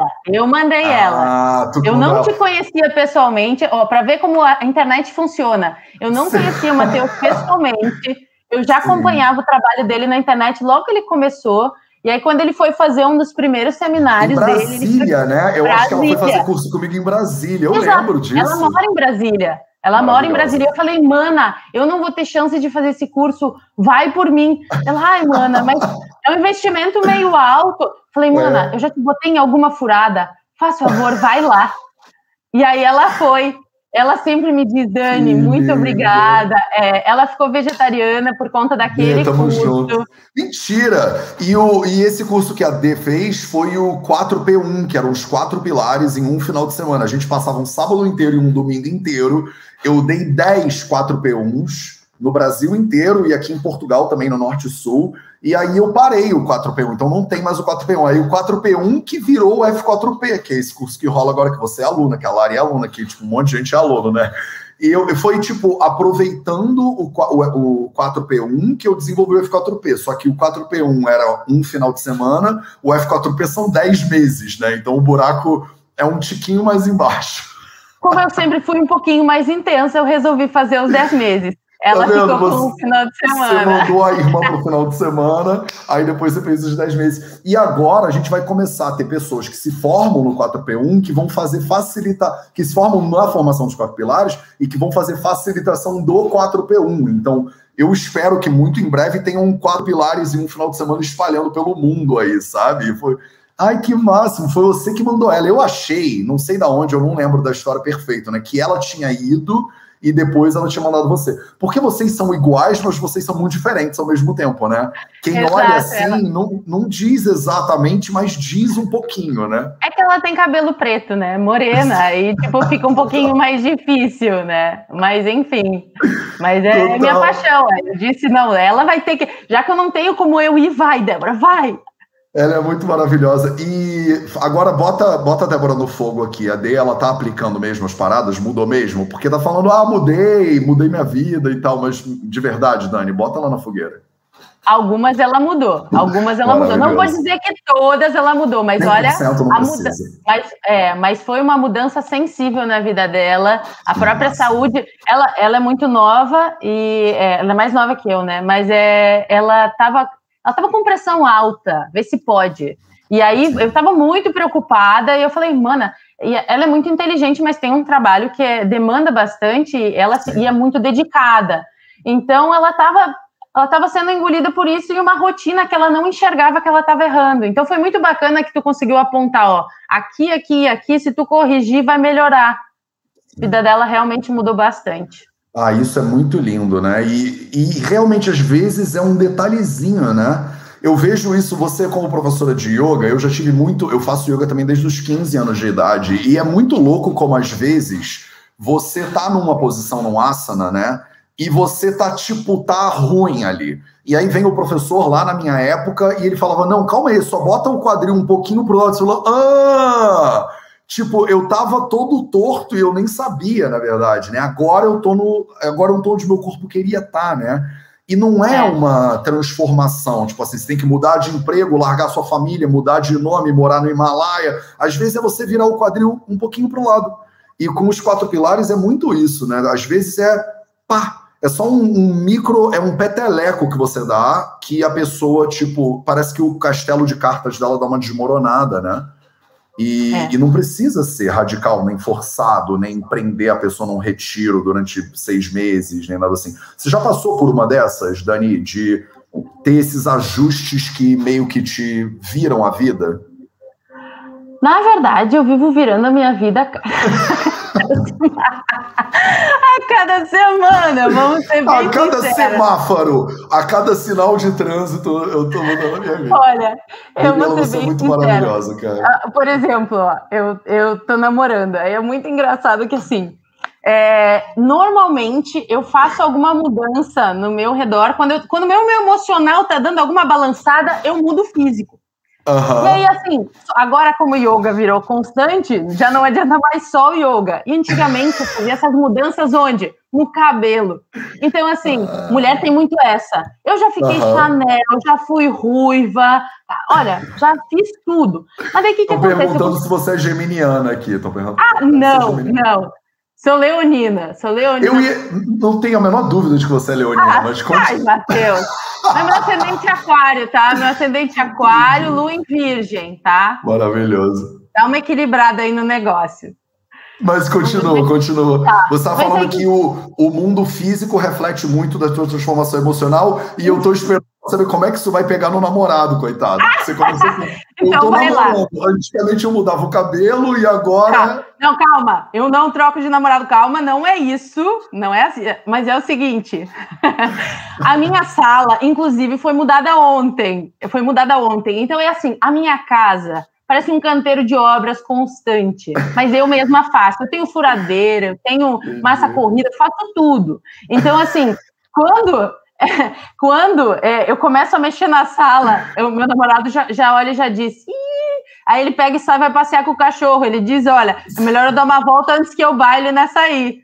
ela. Eu não te conhecia pessoalmente, para ver como a internet funciona. Eu não conhecia o Matheus pessoalmente. Eu já acompanhava o trabalho dele na internet logo que ele começou. E aí, quando ele foi fazer um dos primeiros seminários dele... Em Brasília, né? Eu acho que ela foi fazer curso comigo em Brasília. Eu lembro disso. Ela mora em Brasília. Ela mora em Brasília. Eu falei, mana, eu não vou ter chance de fazer esse curso, vai por mim. Ela, ai, mana, mas é um investimento meio alto. Eu falei, mana, eu já te botei em alguma furada, faz favor, vai lá. E aí ela foi. Ela sempre me diz, Dani, muito obrigada. Ela ficou vegetariana por conta daquele curso. Junto. Mentira! E esse curso que a D fez foi o 4P1, que eram os 4 pilares em um final de semana. A gente passava um sábado inteiro e um domingo inteiro. Eu dei 10 4P1s no Brasil inteiro e aqui em Portugal também, no Norte e Sul. E aí eu parei o 4P1, então não tem mais o 4P1. Aí o 4P1 que virou o F4P, que é esse curso que rola agora, que você é aluna, que a Lari é aluna, que tipo, um monte de gente é aluno, né? E foi, tipo, aproveitando o 4P1 que eu desenvolvi o F4P. Só que o 4P1 era um final de semana, o F4P são 10 meses, né? Então o buraco é um tiquinho mais embaixo. Como eu sempre fui um pouquinho mais intensa, eu resolvi fazer os 10 meses. Ela ficou com o final de semana. Você mandou a irmã para o final de semana, aí depois você fez os 10 meses. E agora a gente vai começar a ter pessoas que se formam no 4P1, que vão fazer que se formam na formação dos 4 pilares e que vão fazer facilitação do 4P1. Então, eu espero que muito em breve tenham 4 pilares em um final de semana espalhando pelo mundo aí, sabe? Ai, que máximo, foi você que mandou ela. Eu achei, não sei de onde, eu não lembro da história perfeita, né? Que ela tinha ido e depois ela tinha mandado você. Porque vocês são iguais, mas vocês são muito diferentes ao mesmo tempo, né? Quem olha assim, não diz exatamente, mas diz um pouquinho, né? É que ela tem cabelo preto, né? Morena, e tipo, fica um pouquinho mais difícil, né? Mas enfim, mas é minha paixão. Eu disse, não, ela vai ter que... Já que eu não tenho como eu ir, vai, Débora, vai! Ela é muito maravilhosa. E agora bota a Débora no fogo aqui. A D, ela tá aplicando mesmo as paradas? Mudou mesmo? Porque tá falando, mudei minha vida e tal. Mas de verdade, Dani, bota ela na fogueira. Algumas ela mudou. Não vou dizer que todas ela mudou, mas olha, mas foi uma mudança sensível na vida dela. A própria saúde, ela é muito nova e ela é mais nova que eu, né? Mas ela estava com pressão alta, vê se pode. E aí eu estava muito preocupada e eu falei, mana, ela é muito inteligente, mas tem um trabalho que demanda bastante, e é muito dedicada. Então ela estava sendo engolida por isso em uma rotina que ela não enxergava que ela estava errando. Então foi muito bacana que tu conseguiu apontar, aqui, se tu corrigir, vai melhorar. A vida dela realmente mudou bastante. Ah, isso é muito lindo, né? E realmente, às vezes, é um detalhezinho, né? Eu vejo isso, você como professora de yoga, eu faço yoga também desde os 15 anos de idade, e é muito louco como, às vezes, você tá numa posição, num asana, né? E você tá ruim ali. E aí vem o professor lá na minha época, e ele falava, não, calma aí, só bota o quadril um pouquinho pro lado, você falou, tipo, eu tava todo torto e eu nem sabia, na verdade, né? Agora eu tô onde meu corpo queria estar, né? E não é uma transformação, tipo assim, você tem que mudar de emprego, largar sua família, mudar de nome, morar no Himalaia. Às vezes é você virar o quadril um pouquinho pro lado. E com os 4 pilares é muito isso, né? Às vezes é só um peteleco que você dá, que a pessoa, tipo, parece que o castelo de cartas dela dá uma desmoronada, né? E não precisa ser radical, nem forçado, nem prender a pessoa num retiro durante 6 meses, nem nada assim. Você já passou por uma dessas, Dani, de ter esses ajustes que meio que te viram a vida? Na verdade, eu vivo virando a minha vida a cada semana, vamos ser bem a cada sinceros. Semáforo, a cada sinal de trânsito, eu tô mudando a minha vida. Olha, eu vou ser você bem muito sincera. Maravilhosa, cara. Por exemplo, ó, eu tô namorando, aí é muito engraçado que assim, normalmente eu faço alguma mudança no meu redor, quando o meu emocional tá dando alguma balançada, eu mudo o físico. Uhum. E aí, assim, agora como o yoga virou constante, já não adianta mais só o yoga. E antigamente eu fazia essas mudanças onde? No cabelo. Então, assim, mulher tem muito essa. Eu já fiquei Chanel, já fui ruiva, olha, já fiz tudo. Mas aí o que acontece? Estão perguntando se você é geminiana aqui. Não. Sou leonina. Não tenho a menor dúvida de que você é leonina, mas Ai, Matheus. É meu ascendente aquário, tá? Meu ascendente aquário, lua em virgem, tá? Maravilhoso. Dá uma equilibrada aí no negócio. Mas continua. Tá. Você está falando que o mundo físico reflete muito da sua transformação emocional e eu estou esperando saber como é que isso vai pegar no namorado, coitado. Você começou com... Então eu tô vai namorando. Lá. Antigamente eu mudava o cabelo e agora... Não, calma. Eu não troco de namorado. Calma, não é isso. Não é assim. Mas é o seguinte. A minha sala, inclusive, foi mudada ontem. Então é assim, a minha casa... Parece um canteiro de obras constante. Mas eu mesma faço. Eu tenho furadeira, eu tenho massa corrida, eu faço tudo. Então, assim, quando eu começo a mexer na sala, meu namorado já olha e já diz... Aí ele pega e sai, vai passear com o cachorro. Ele diz, olha, é melhor eu dar uma volta antes que eu baile nessa aí.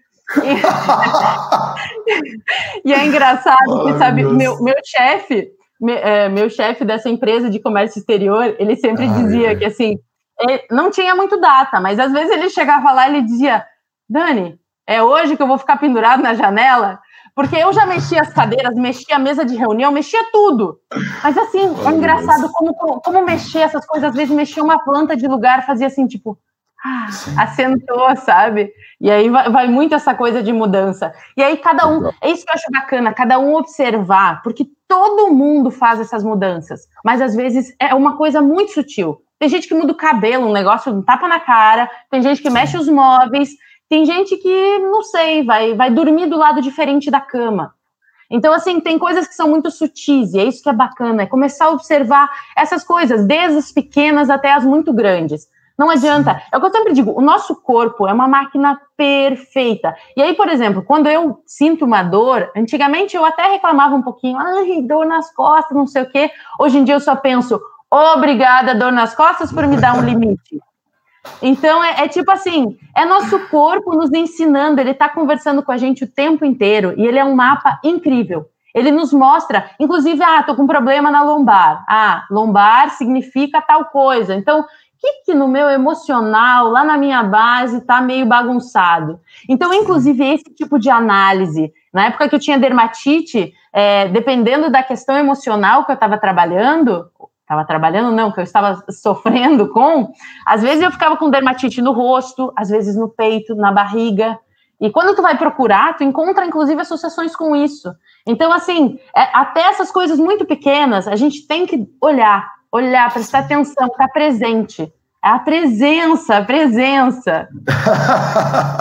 E é engraçado que, sabe, meu chefe... meu chefe dessa empresa de comércio exterior, ele sempre dizia que, assim, não tinha muito data, mas às vezes ele chegava lá e ele dizia, Dani, é hoje que eu vou ficar pendurado na janela? Porque eu já mexia as cadeiras, mexia a mesa de reunião, mexia tudo. Mas, assim, é engraçado como mexer essas coisas, às vezes mexia uma planta de lugar, fazia assim, tipo... assentou, sabe? E aí vai muito essa coisa de mudança. E aí cada um, é isso que eu acho bacana, cada um observar, porque todo mundo faz essas mudanças, mas às vezes é uma coisa muito sutil. Tem gente que muda o cabelo, um negócio, um tapa na cara, tem gente que mexe os móveis, tem gente que, não sei, vai dormir do lado diferente da cama. Então, assim, tem coisas que são muito sutis, e é isso que é bacana, é começar a observar essas coisas, desde as pequenas até as muito grandes. Não adianta, é o que eu sempre digo, o nosso corpo é uma máquina perfeita. E aí, por exemplo, quando eu sinto uma dor, antigamente eu até reclamava um pouquinho, dor nas costas, não sei o quê. Hoje em dia eu só penso, obrigada, dor nas costas, por me dar um limite. Então, é tipo assim, é nosso corpo nos ensinando, ele está conversando com a gente o tempo inteiro, e ele é um mapa incrível. Ele nos mostra, inclusive, tô com problema na lombar. Lombar significa tal coisa. Então, o que no meu emocional, lá na minha base, está meio bagunçado? Então, inclusive, esse tipo de análise, na época que eu tinha dermatite, dependendo da questão emocional que eu estava trabalhando, que eu estava sofrendo com, às vezes eu ficava com dermatite no rosto, às vezes no peito, na barriga, e quando tu vai procurar, tu encontra, inclusive, associações com isso. Então, assim, até essas coisas muito pequenas, a gente tem que olhar, prestar atenção, estar presente. É a presença.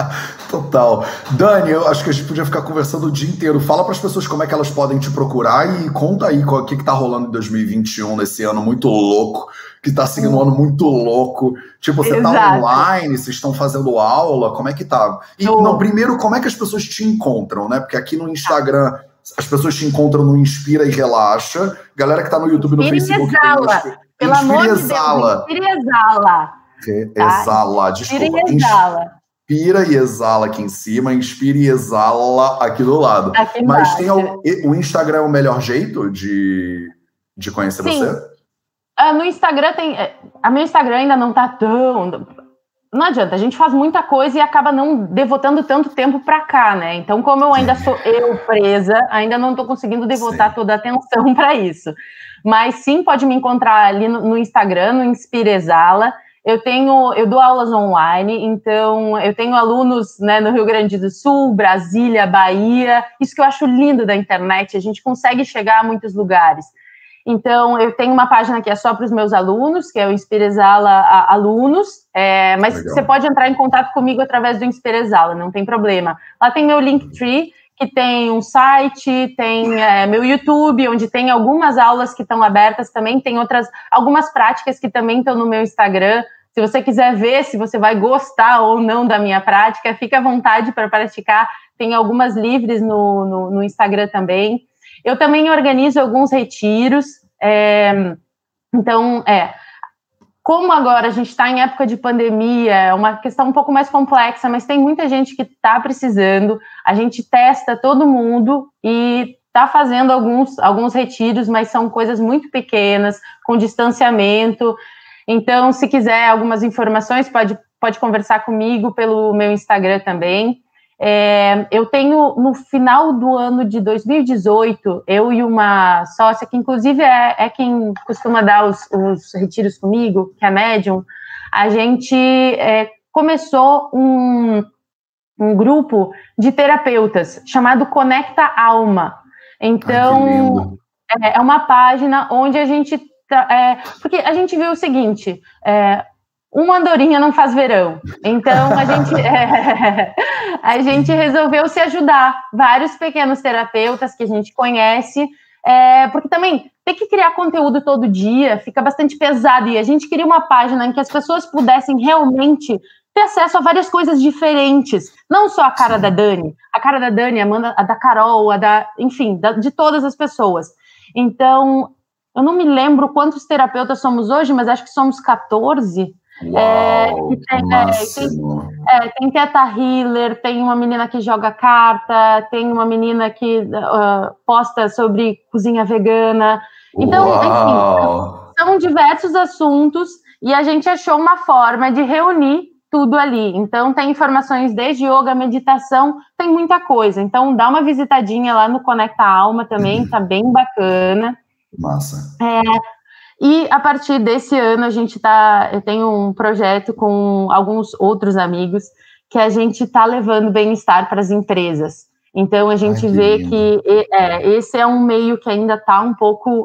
Total. Dani, eu acho que a gente podia ficar conversando o dia inteiro. Fala para as pessoas como é que elas podem te procurar e conta aí o que tá rolando em 2021, nesse ano muito louco, que tá seguindo um ano muito louco. Tipo, você tá online, vocês estão fazendo aula, como é que tá? E, não, primeiro, como é que as pessoas te encontram, né? Porque aqui no Instagram, as pessoas te encontram no Inspira e Relaxa. Galera que tá no YouTube, no Facebook... Pelo amor de Deus, Inspira e Exala. Exala, desculpa. Inspira e exala aqui em cima, inspira e exala aqui do lado. Aqui Mas tem o Instagram é o melhor jeito de conhecer você? No Instagram a meu Instagram ainda não tá tão... Não adianta, a gente faz muita coisa e acaba não devotando tanto tempo para cá, né? Então, como eu ainda sou presa, ainda não tô conseguindo devotar toda a atenção para isso. Mas sim, pode me encontrar ali no Instagram, no Inspira Exala. Eu dou aulas online, então eu tenho alunos, né, no Rio Grande do Sul, Brasília, Bahia. Isso que eu acho lindo da internet, a gente consegue chegar a muitos lugares. Então, eu tenho uma página que é só para os meus alunos, que é o Inspira Exala Alunos, mas legal. Você pode entrar em contato comigo através do Inspira Exala, não tem problema. Lá tem meu Linktree, que tem um site, tem meu YouTube, onde tem algumas aulas que estão abertas também, tem algumas práticas que também estão no meu Instagram. Se você quiser ver se você vai gostar ou não da minha prática, fique à vontade para praticar. Tem algumas livres no Instagram também. Eu também organizo alguns retiros. Então, como agora a gente está em época de pandemia, é uma questão um pouco mais complexa, mas tem muita gente que está precisando. A gente testa todo mundo e está fazendo alguns retiros, mas são coisas muito pequenas, com distanciamento. Então, se quiser algumas informações, pode conversar comigo pelo meu Instagram também. Eu tenho, no final do ano de 2018, eu e uma sócia, que inclusive é quem costuma dar os retiros comigo, que é a médium, a gente começou um grupo de terapeutas chamado Conecta Alma. Então, é uma página onde a gente... porque a gente viu o seguinte... uma andorinha não faz verão. Então, a gente resolveu se ajudar. Vários pequenos terapeutas que a gente conhece, porque também ter que criar conteúdo todo dia fica bastante pesado, e a gente queria uma página em que as pessoas pudessem realmente ter acesso a várias coisas diferentes, não só a cara da Dani, a Amanda, a da Carol, enfim, de todas as pessoas. Então, eu não me lembro quantos terapeutas somos hoje, mas acho que somos 14. Tem Teta Healer, tem uma menina que joga carta, tem uma menina que posta sobre cozinha vegana. Então, enfim, são diversos assuntos e a gente achou uma forma de reunir tudo ali. Então, tem informações desde yoga, meditação, tem muita coisa. Então, dá uma visitadinha lá no Conecta Alma também, tá bem bacana. Massa. E a partir desse ano eu tenho um projeto com alguns outros amigos que a gente está levando bem-estar para as empresas. Então a gente vê que esse é um meio que ainda está um pouco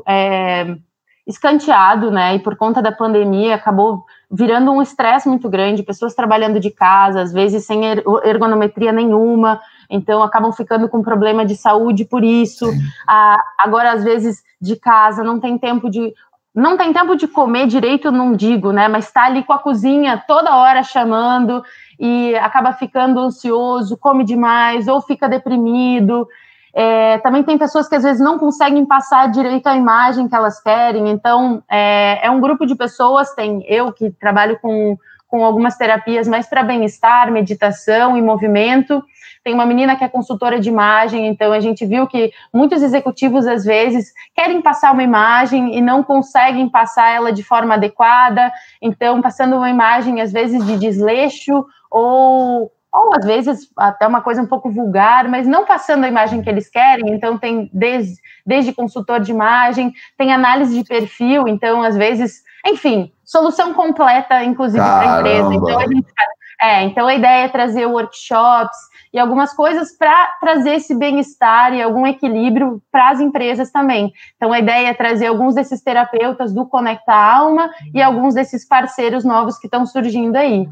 escanteado, né? E por conta da pandemia acabou virando um estresse muito grande, pessoas trabalhando de casa, às vezes sem ergonometria nenhuma, então acabam ficando com problema de saúde por isso. Agora, às vezes, de casa, não tem tempo de comer direito, não digo, né? Mas está ali com a cozinha toda hora chamando e acaba ficando ansioso, come demais ou fica deprimido. Também tem pessoas que às vezes não conseguem passar direito a imagem que elas querem. Então, é um grupo de pessoas, tem eu que trabalho com algumas terapias mais para bem-estar, meditação e movimento. Tem uma menina que é consultora de imagem, então a gente viu que muitos executivos, às vezes, querem passar uma imagem e não conseguem passar ela de forma adequada, então passando uma imagem, às vezes, de desleixo, ou às vezes até uma coisa um pouco vulgar, mas não passando a imagem que eles querem. Então tem desde consultor de imagem, tem análise de perfil, então às vezes, enfim, solução completa, inclusive, para a empresa. Então a ideia é trazer workshops e algumas coisas para trazer esse bem-estar e algum equilíbrio para as empresas também. Então a ideia é trazer alguns desses terapeutas do Conecta Alma e alguns desses parceiros novos que estão surgindo aí.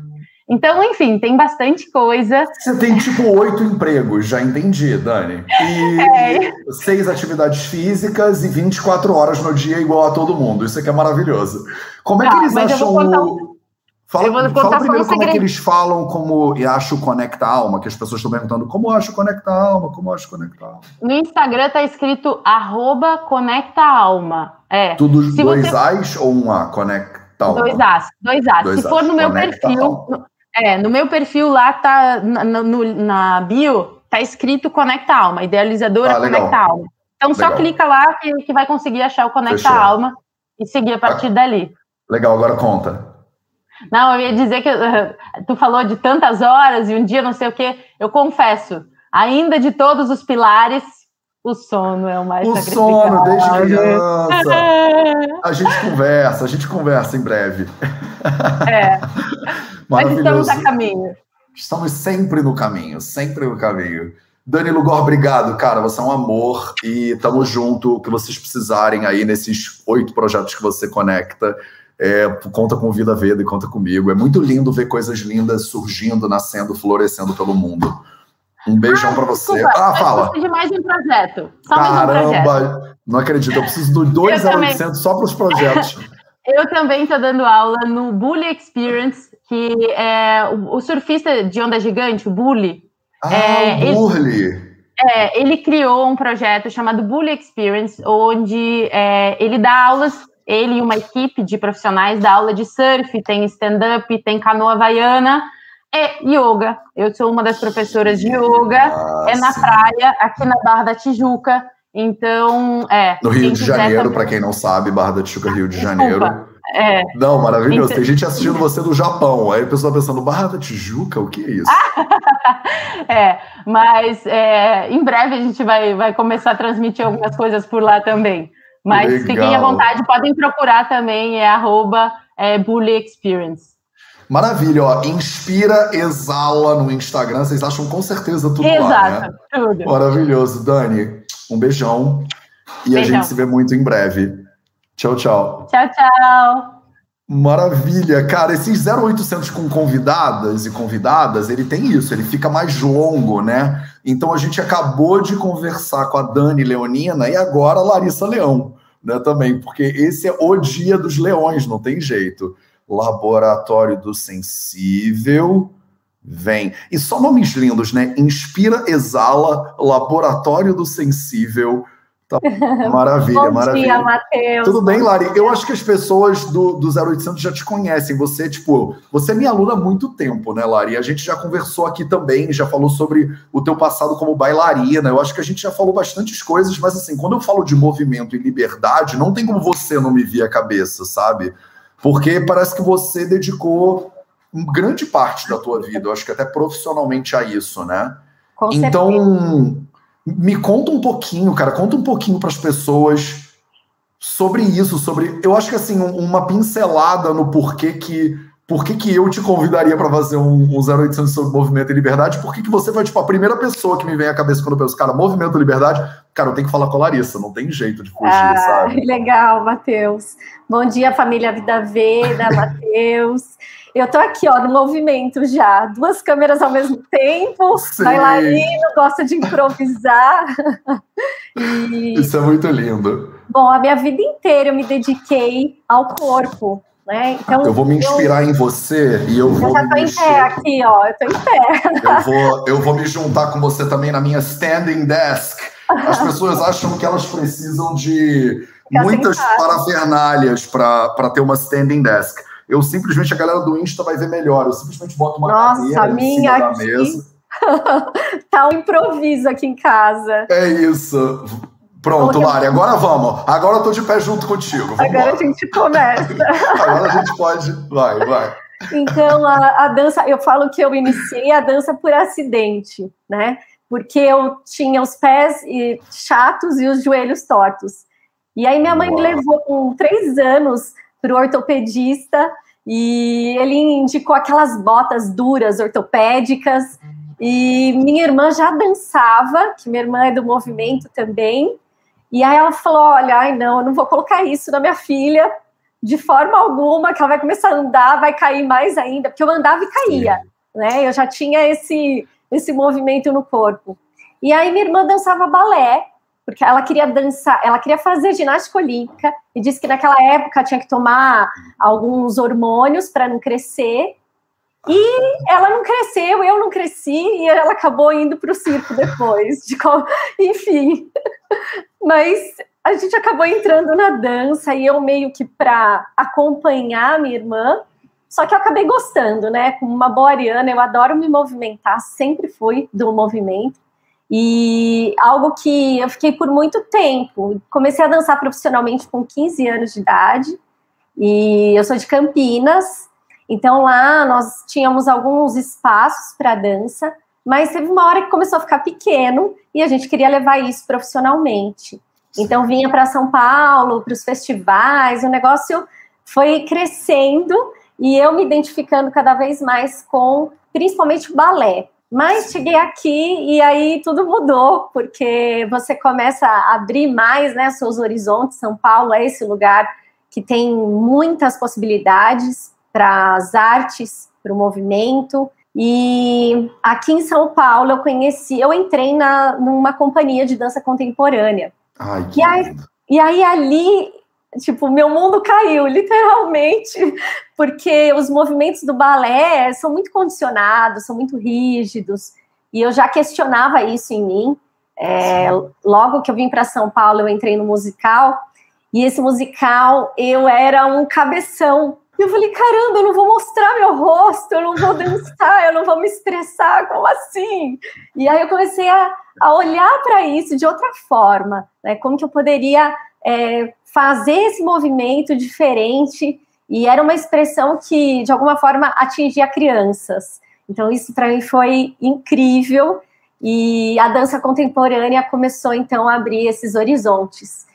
Então, enfim, tem bastante coisa. Você tem, tipo, 8 empregos, já entendi, Dani. E 6 atividades físicas e 24 horas no dia igual a todo mundo. Isso aqui é maravilhoso. Como é que eles acham... Fala primeiro como é que eles falam como Acho Conecta Alma, que as pessoas estão perguntando como Acho Conecta Alma, como Acho Conecta Alma. No Instagram tá escrito @conectaalma. Tudo dois A's ou um A? Conecta Alma. Dois A's. Se for no meu perfil... no meu perfil lá tá na bio, tá escrito Conecta Alma, idealizadora Conecta Alma. Então só clica lá que vai conseguir achar o Conecta Alma e seguir a partir dali. Legal, agora conta. Não, eu ia dizer que tu falou de tantas horas e um dia não sei o quê. Eu confesso, ainda de todos os pilares, o sono é o mais sacrificado. O sono, desde criança. A gente conversa em breve. Mas estamos a caminho. Estamos sempre no caminho, sempre no caminho. Dani Lugor, obrigado, cara, você é um amor e tamo junto, o que vocês precisarem aí nesses 8 projetos que você conecta. Conta com Vida Veda e conta comigo. É muito lindo ver coisas lindas surgindo, nascendo, florescendo pelo mundo. Um beijão pra você. Fala. Eu preciso de mais um projeto. Caramba, não acredito. Eu preciso de 2.800 só para os projetos. Eu também estou dando aula no Bully Experience, que é o surfista de onda gigante, o Bully. O Bully. Ele criou um projeto chamado Bully Experience, onde ele dá aulas. Ele e uma equipe de profissionais dá aula de surf, tem stand-up, tem canoa havaiana e yoga. Eu sou uma das professoras de yoga, na praia, aqui na Barra da Tijuca. Então, no Rio de Janeiro, para quem não sabe, Barra da Tijuca, Rio de Janeiro. Não, maravilhoso. Então... Tem gente assistindo você do Japão. Aí a pessoa pensando, Barra da Tijuca, o que é isso? Mas em breve a gente vai começar a transmitir algumas coisas por lá também. Mas legal. Fiquem à vontade, podem procurar também, Bully Experience. Maravilha, inspira, exala no Instagram, vocês acham com certeza tudo lá, né? Tudo. Maravilhoso, Dani, um beijão e a gente se vê muito em breve. Tchau, tchau. Tchau, tchau. Maravilha, cara, esses 0800 com convidadas e convidadas, ele tem isso, ele fica mais longo, né? Então a gente acabou de conversar com a Dani Leonina e agora a Larissa Leão, né, também, porque esse é o dia dos leões, não tem jeito. Laboratório do Sensível, vem. E só nomes lindos, né? Inspira, exala, Laboratório do Sensível. Tá. Maravilha, maravilha. Bom dia, Matheus. Tudo bem, Lari? Eu acho que as pessoas do 0800 já te conhecem. Você, você é minha aluna há muito tempo, né, Lari? A gente já conversou aqui também, já falou sobre o teu passado como bailarina. Eu acho que a gente já falou bastantes coisas, mas assim, quando eu falo de movimento e liberdade, não tem como você não me vir à cabeça, sabe? Porque parece que você dedicou grande parte da tua vida, eu acho que até profissionalmente a isso, né? Com então, certeza. Me conta um pouquinho, cara, conta um pouquinho para as pessoas sobre isso, eu acho que assim, uma pincelada no porquê que eu te convidaria para fazer um 0800 sobre movimento e liberdade, por que você foi, a primeira pessoa que me vem à cabeça quando eu penso, cara, movimento e liberdade, cara, eu tenho que falar com a Larissa, não tem jeito de fugir, sabe? Legal, Matheus. Bom dia, família Vida Veda, Matheus. Eu tô aqui, no movimento já, 2 câmeras ao mesmo tempo, bailarino, gosta de improvisar. Isso é muito lindo. Bom, a minha vida inteira eu me dediquei ao corpo, né? Então, eu vou me inspirar em você e eu vou já tô em pé aqui, eu tô em pé. Eu vou me juntar com você também na minha standing desk. As pessoas acham que elas precisam de muitas parafernálias para ter uma standing desk. Eu simplesmente, a galera do Insta vai ver melhor. Eu simplesmente boto uma cadeira em cima da mesa. Tá um improviso aqui em casa. É isso. Pronto, Lari, agora vamos. Agora eu tô de pé junto contigo. Agora a gente começa. Agora a gente pode... Vai. Então, a dança... Eu falo que eu iniciei a dança por acidente, né? Porque eu tinha os pés chatos e os joelhos tortos. E aí minha mãe me levou com 3 anos para o ortopedista e ele indicou aquelas botas duras ortopédicas e minha irmã já dançava, que minha irmã é do movimento também, e aí ela falou, olha, não, eu não vou colocar isso na minha filha, de forma alguma que ela vai começar a andar, vai cair mais ainda, porque eu andava e caía, né? Eu já tinha esse movimento no corpo. E aí minha irmã dançava balé, porque ela queria dançar, ela queria fazer ginástica olímpica, e disse que naquela época tinha que tomar alguns hormônios para não crescer, e ela não cresceu, eu não cresci, e ela acabou indo para o circo depois, enfim. Mas a gente acabou entrando na dança, e eu meio que para acompanhar a minha irmã, só que eu acabei gostando, né? Como uma boa ariana, eu adoro me movimentar, sempre fui do movimento, e algo que eu fiquei por muito tempo. Comecei a dançar profissionalmente com 15 anos de idade, e eu sou de Campinas, então lá nós tínhamos alguns espaços para dança, mas teve uma hora que começou a ficar pequeno, e a gente queria levar isso profissionalmente. Então vinha para São Paulo, para os festivais, o negócio foi crescendo, e eu me identificando cada vez mais com, principalmente, o balé. Mas cheguei aqui e aí tudo mudou, porque você começa a abrir mais, né, seus horizontes. São Paulo é esse lugar que tem muitas possibilidades para as artes, para o movimento. E aqui em São Paulo eu entrei numa companhia de dança contemporânea. Ai, e aí ali, tipo, meu mundo caiu, literalmente, porque os movimentos do balé são muito condicionados, são muito rígidos, e eu já questionava isso em mim. Logo que eu vim para São Paulo, eu entrei no musical, e esse musical, eu era um cabeção. E eu falei, caramba, eu não vou mostrar meu rosto, eu não vou dançar, eu não vou me expressar, como assim? E aí eu comecei a olhar para isso de outra forma, né? Como que eu poderia fazer esse movimento diferente, e era uma expressão que, de alguma forma, atingia crianças. Então, isso para mim foi incrível, e a dança contemporânea começou, então, a abrir esses horizontes.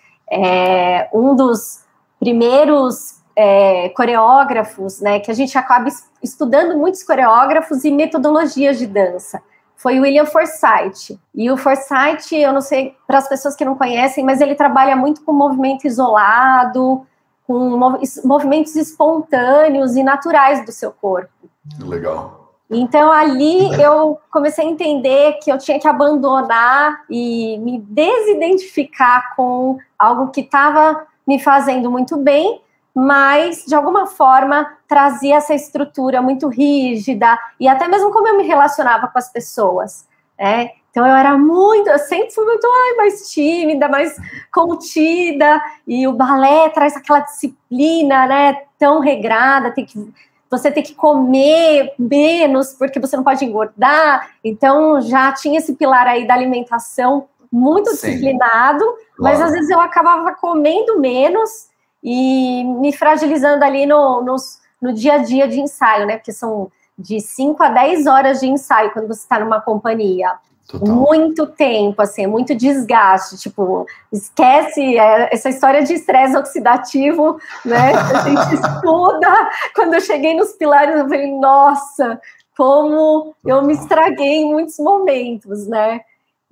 Um dos primeiros coreógrafos, né, que a gente acaba estudando muitos coreógrafos e metodologias de dança, foi o William Forsythe. E o Forsythe, eu não sei, para as pessoas que não conhecem, mas ele trabalha muito com movimento isolado, com movimentos espontâneos e naturais do seu corpo. Legal. Então, ali eu comecei a entender que eu tinha que abandonar e me desidentificar com algo que estava me fazendo muito bem, mas, de alguma forma, trazia essa estrutura muito rígida, e até mesmo como eu me relacionava com as pessoas, né? Então, eu sempre fui muito mais tímida, mais contida, e o balé traz aquela disciplina, né, tão regrada, você tem que comer menos, porque você não pode engordar. Então, já tinha esse pilar aí da alimentação muito disciplinado, mas às vezes eu acabava comendo menos, e me fragilizando ali no dia a dia de ensaio, né? Porque são de 5 a 10 horas de ensaio quando você está numa companhia. Total. Muito tempo, assim, muito desgaste. Tipo, esquece essa história de estresse oxidativo, né? A gente estuda. Quando eu cheguei nos pilares, eu falei, nossa, como eu me estraguei em muitos momentos, né?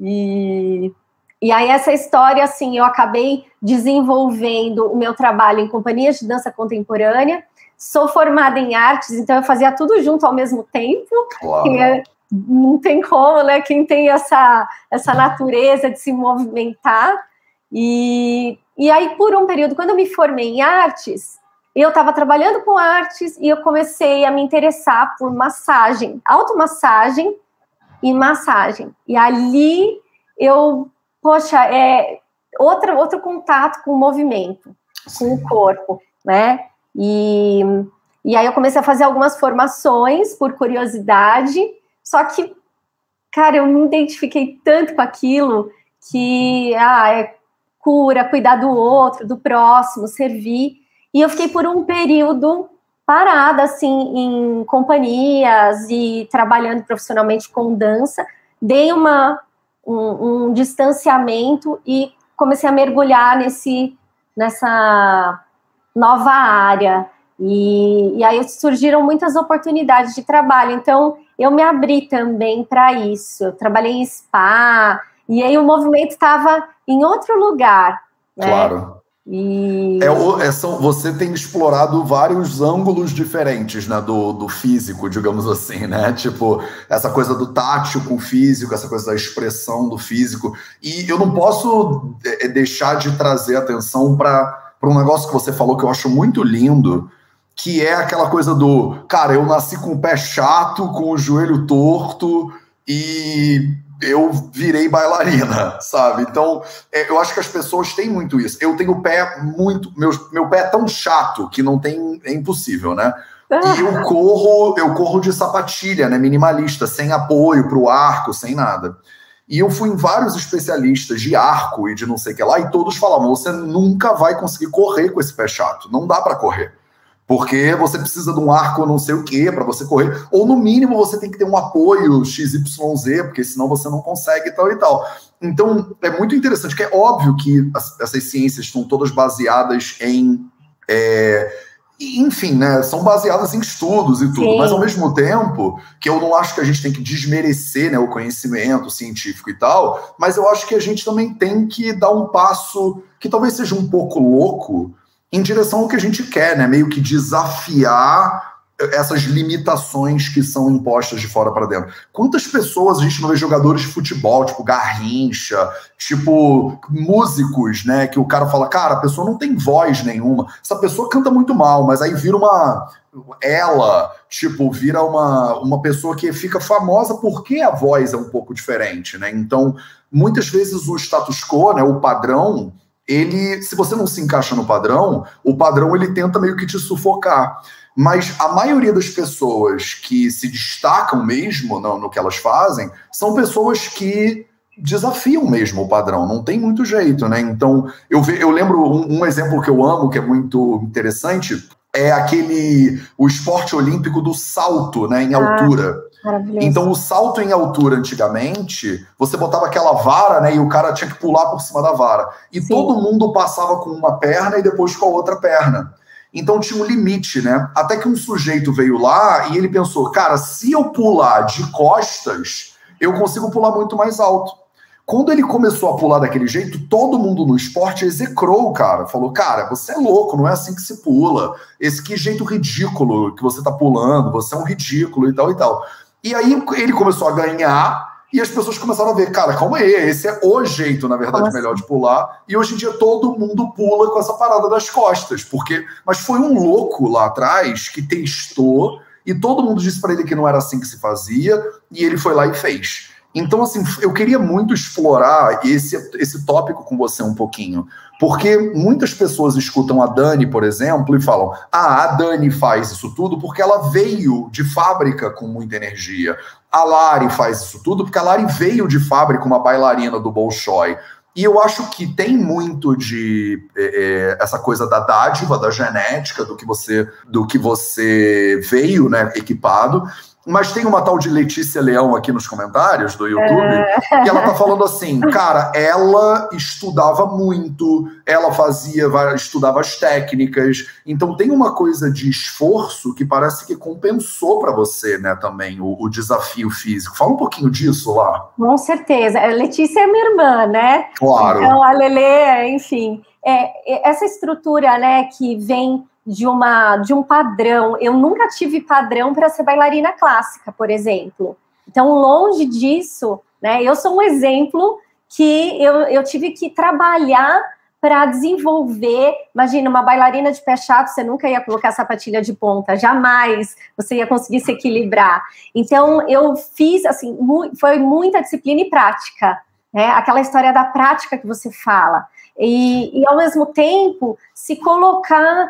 E aí essa história, assim, eu acabei desenvolvendo o meu trabalho em companhias de dança contemporânea. Sou formada em artes, então eu fazia tudo junto ao mesmo tempo. Não tem como, né? Quem tem essa natureza de se movimentar. E aí, por um período, quando eu me formei em artes, eu estava trabalhando com artes e eu comecei a me interessar por massagem, automassagem e massagem. E ali eu... Poxa, outro contato com o movimento, com o corpo, né? E aí eu comecei a fazer algumas formações por curiosidade, só que, cara, eu me identifiquei tanto com aquilo que cura, cuidar do outro, do próximo, servir. E eu fiquei por um período parada, assim, em companhias e trabalhando profissionalmente com dança. Dei um distanciamento e comecei a mergulhar nessa nova área. E aí surgiram muitas oportunidades de trabalho. Então, eu me abri também para isso. Eu trabalhei em spa, e aí o movimento estava em outro lugar, né? Claro. E... Você tem explorado vários ângulos diferentes, né, do físico, digamos assim, né? Tipo, essa coisa do tátil com o físico, essa coisa da expressão do físico. E eu não posso deixar de trazer atenção para um negócio que você falou que eu acho muito lindo, que é aquela coisa do, cara, eu nasci com o pé chato, com o joelho torto e eu virei bailarina, sabe? Então, eu acho que as pessoas têm muito isso. Eu tenho o pé muito... Meu pé é tão chato que não tem... É impossível, né? E eu corro de sapatilha, né? Minimalista, sem apoio pro arco, sem nada. E eu fui em vários especialistas de arco e de não sei o que lá, e todos falavam, você nunca vai conseguir correr com esse pé chato. Não dá para correr. Porque você precisa de um arco não sei o que para você correr, ou no mínimo você tem que ter um apoio XYZ, porque senão você não consegue e tal e tal. Então, é muito interessante, que é óbvio que essas ciências estão todas baseadas em... enfim, né, são baseadas em estudos e tudo, sim, mas ao mesmo tempo, que eu não acho que a gente tem que desmerecer, né, o conhecimento científico e tal, mas eu acho que a gente também tem que dar um passo que talvez seja um pouco louco, em direção ao que a gente quer, né? Meio que desafiar essas limitações que são impostas de fora para dentro. Quantas pessoas a gente não vê jogadores de futebol, tipo Garrincha, tipo músicos, né? Que o cara fala, cara, a pessoa não tem voz nenhuma, essa pessoa canta muito mal, mas aí vira vira uma pessoa que fica famosa porque a voz é um pouco diferente, né? Então, muitas vezes o status quo, né? O padrão, se você não se encaixa no padrão, o padrão ele tenta meio que te sufocar. Mas a maioria das pessoas que se destacam mesmo no que elas fazem são pessoas que desafiam mesmo o padrão, não tem muito jeito, né? Então, eu lembro um exemplo que eu amo, que é muito interessante, é o esporte olímpico do salto, né, em altura. Maravilhoso. Então, o salto em altura, antigamente, você botava aquela vara, né, e o cara tinha que pular por cima da vara. E sim, todo mundo passava com uma perna e depois com a outra perna. Então, tinha um limite, né? Até que um sujeito veio lá e ele pensou, cara, se eu pular de costas, eu consigo pular muito mais alto. Quando ele começou a pular daquele jeito, todo mundo no esporte execrou o cara. Falou, cara, você é louco, não é assim que se pula. Que jeito ridículo que você tá pulando, você é um ridículo e tal e tal. E aí ele começou a ganhar e as pessoas começaram a ver, cara, calma aí, esse é o jeito, na verdade, melhor de pular. E hoje em dia todo mundo pula com essa parada das costas. Mas foi um louco lá atrás que testou e todo mundo disse para ele que não era assim que se fazia e ele foi lá e fez. Então, assim, eu queria muito explorar esse tópico com você um pouquinho, porque muitas pessoas escutam a Dani, por exemplo, e falam, a Dani faz isso tudo porque ela veio de fábrica com muita energia. A Lari faz isso tudo porque a Lari veio de fábrica, uma bailarina do Bolshoi. E eu acho que tem muito de essa coisa da dádiva, da genética, do que você veio, né, equipado. Mas tem uma tal de Letícia Leão aqui nos comentários do YouTube, que ela tá falando assim, cara, ela estudava muito, ela estudava as técnicas, então tem uma coisa de esforço que parece que compensou para você, né, também, o desafio físico. Fala um pouquinho disso lá. Com certeza. A Letícia é minha irmã, né? Claro. Então, a Lelê, enfim, essa estrutura, né, que vem de um padrão. Eu nunca tive padrão para ser bailarina clássica, por exemplo. Então, longe disso, né, eu sou um exemplo que eu tive que trabalhar para desenvolver. Imagina, uma bailarina de pé chato, você nunca ia colocar sapatilha de ponta, jamais você ia conseguir se equilibrar. Então, eu fiz, assim, foi muita disciplina e prática, né? Aquela história da prática que você fala. E ao mesmo tempo, se colocar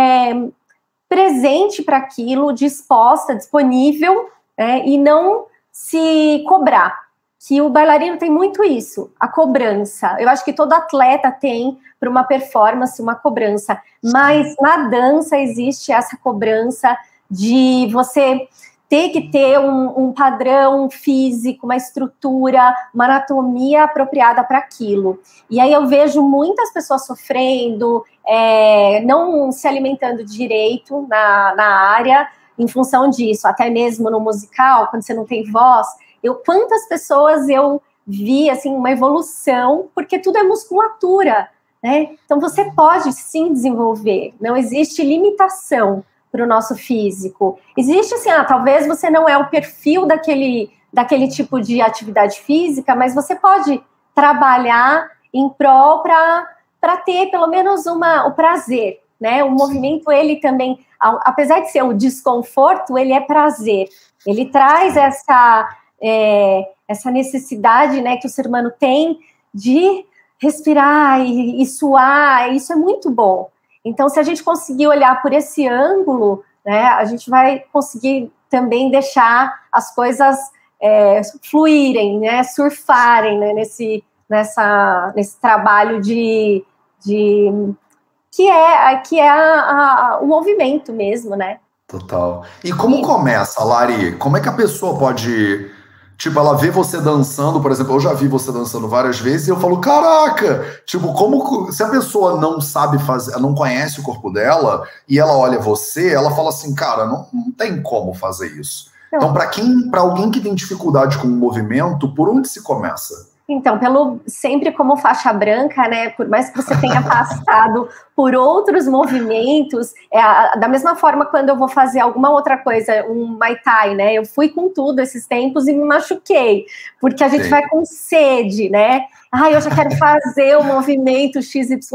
presente para aquilo, disposta, disponível, e não se cobrar. Que o bailarino tem muito isso, a cobrança. Eu acho que todo atleta tem, para uma performance, uma cobrança. Mas na dança existe essa cobrança de você ter que ter um padrão físico, uma estrutura, uma anatomia apropriada para aquilo. E aí eu vejo muitas pessoas sofrendo, não se alimentando direito na área, em função disso. Até mesmo no musical, quando você não tem voz, quantas pessoas eu vi, assim, uma evolução, porque tudo é musculatura, né? Então você pode sim desenvolver, não existe limitação para o nosso físico. Existe assim, talvez você não é o perfil daquele tipo de atividade física, mas você pode trabalhar em prol para ter pelo menos o prazer, né? O movimento, ele também, apesar de ser o desconforto, ele é prazer. Ele traz essa necessidade, né, que o ser humano tem de respirar e suar, isso é muito bom. Então, se a gente conseguir olhar por esse ângulo, né, a gente vai conseguir também deixar as coisas fluírem, né, surfarem, né, nesse trabalho que é o movimento mesmo, né? Total. E como começa, Lari? Como é que a pessoa pode... Tipo, ela vê você dançando, por exemplo, eu já vi você dançando várias vezes e eu falo, caraca! Tipo, se a pessoa não sabe fazer, não conhece o corpo dela e ela olha você, ela fala assim, cara, não tem como fazer isso. Então, para alguém que tem dificuldade com o movimento, por onde se começa? Então, sempre como faixa branca, né, por mais que você tenha passado por outros movimentos, da mesma forma quando eu vou fazer alguma outra coisa, um Muay Thai, né, eu fui com tudo esses tempos e me machuquei, porque a gente vai com sede, né, eu já quero fazer o movimento XYZ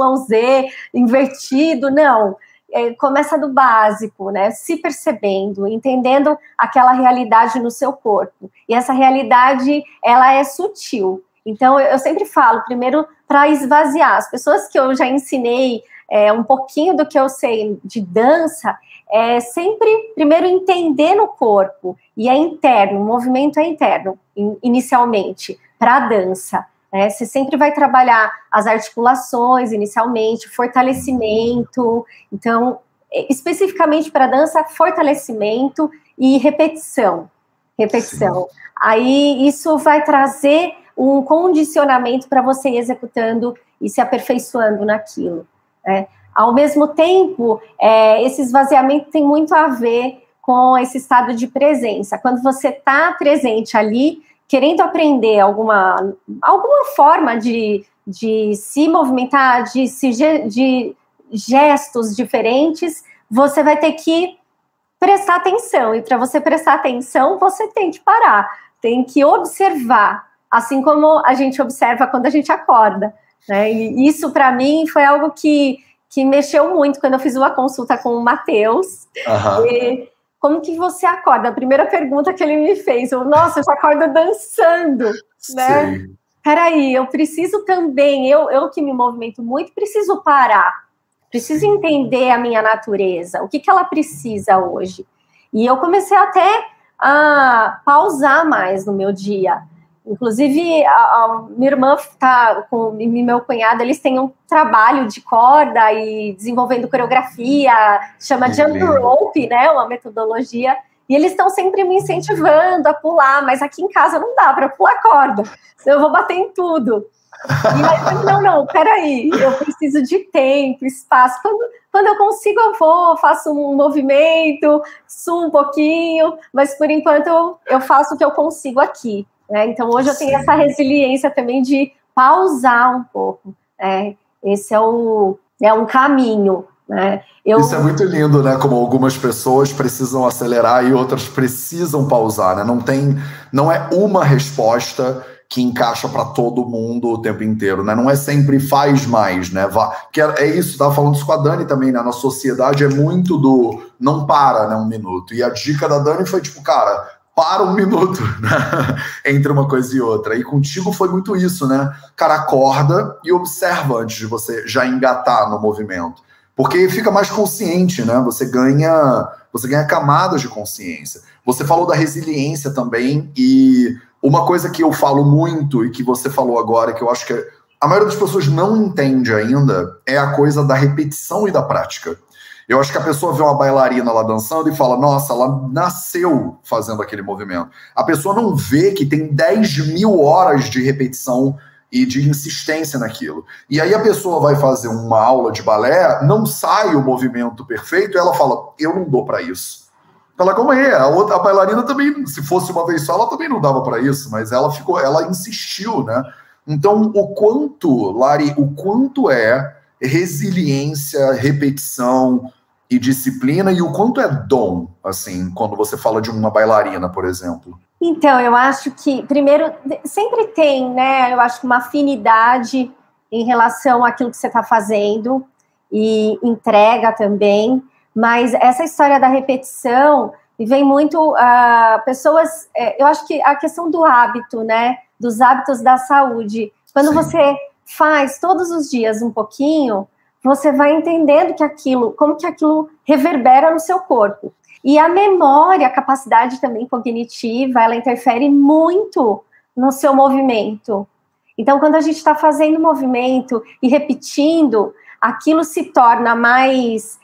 invertido, não, começa do básico, né, se percebendo, entendendo aquela realidade no seu corpo, e essa realidade, ela é sutil. Então, eu sempre falo, primeiro, para esvaziar. As pessoas que eu já ensinei um pouquinho do que eu sei de dança, sempre, primeiro, entender no corpo. E é interno, o movimento é interno, inicialmente, para a dança. Né? Você sempre vai trabalhar as articulações, inicialmente, fortalecimento. Então, especificamente para a dança, fortalecimento e repetição. Repetição. Sim. Aí, isso vai trazer um condicionamento para você ir executando e se aperfeiçoando naquilo. Né? Ao mesmo tempo, esse esvaziamento tem muito a ver com esse estado de presença. Quando você está presente ali, querendo aprender alguma forma de se movimentar, de gestos diferentes, você vai ter que prestar atenção. E para você prestar atenção, você tem que parar, tem que observar, assim como a gente observa quando a gente acorda, né? E isso, para mim, foi algo que mexeu muito quando eu fiz uma consulta com o Matheus. Uhum. Como que você acorda? A primeira pergunta que ele me fez, eu já acordo dançando, né? Peraí, eu preciso também, eu que me movimento muito, preciso parar, preciso entender a minha natureza, o que ela precisa hoje. E eu comecei até a pausar mais no meu dia. Inclusive, a minha irmã e meu cunhado, eles têm um trabalho de corda e desenvolvendo coreografia, chama Jump Rope, né, uma metodologia, e eles estão sempre me incentivando a pular, mas aqui em casa não dá para pular corda, eu vou bater em tudo. E aí, não, peraí, eu preciso de tempo, espaço, quando eu consigo eu faço um movimento, suo um pouquinho, mas por enquanto eu faço o que eu consigo aqui. Então, hoje eu tenho essa resiliência também de pausar um pouco. Esse é um caminho. Né? Isso é muito lindo, né? Como algumas pessoas precisam acelerar e outras precisam pausar. Né? Não é uma resposta que encaixa para todo mundo o tempo inteiro. Né? Não é sempre faz mais. Né? Que é isso, estava falando isso com a Dani também. Né? Na sociedade é muito do não para, né, um minuto. E a dica da Dani foi tipo, cara... para um minuto, né? Entre uma coisa e outra. E contigo foi muito isso, né? Cara, acorda e observa antes de você já engatar no movimento. Porque fica mais consciente, né? Você ganha camadas de consciência. Você falou da resiliência também, e uma coisa que eu falo muito e que você falou agora, que eu acho que a maioria das pessoas não entende ainda, é a coisa da repetição e da prática. Eu acho que a pessoa vê uma bailarina lá dançando e fala, nossa, ela nasceu fazendo aquele movimento. A pessoa não vê que tem 10.000 horas de repetição e de insistência naquilo. E aí a pessoa vai fazer uma aula de balé, não sai o movimento perfeito, e ela fala, eu não dou para isso. Fala, como é? A bailarina também, se fosse uma vez só, ela também não dava para isso, mas ela insistiu, né? Então, Lari, o quanto é resiliência, repetição e disciplina, e o quanto é dom, assim, quando você fala de uma bailarina, por exemplo? Então, eu acho que, primeiro, sempre tem, né, eu acho que uma afinidade em relação àquilo que você está fazendo, e entrega também, mas essa história da repetição vem muito, pessoas, eu acho que a questão do hábito, né, dos hábitos da saúde, quando Sim. você faz todos os dias um pouquinho, você vai entendendo como que aquilo reverbera no seu corpo. E a memória, a capacidade também cognitiva, ela interfere muito no seu você Então, quando a gente está fazendo movimento e repetindo, aquilo se torna mais...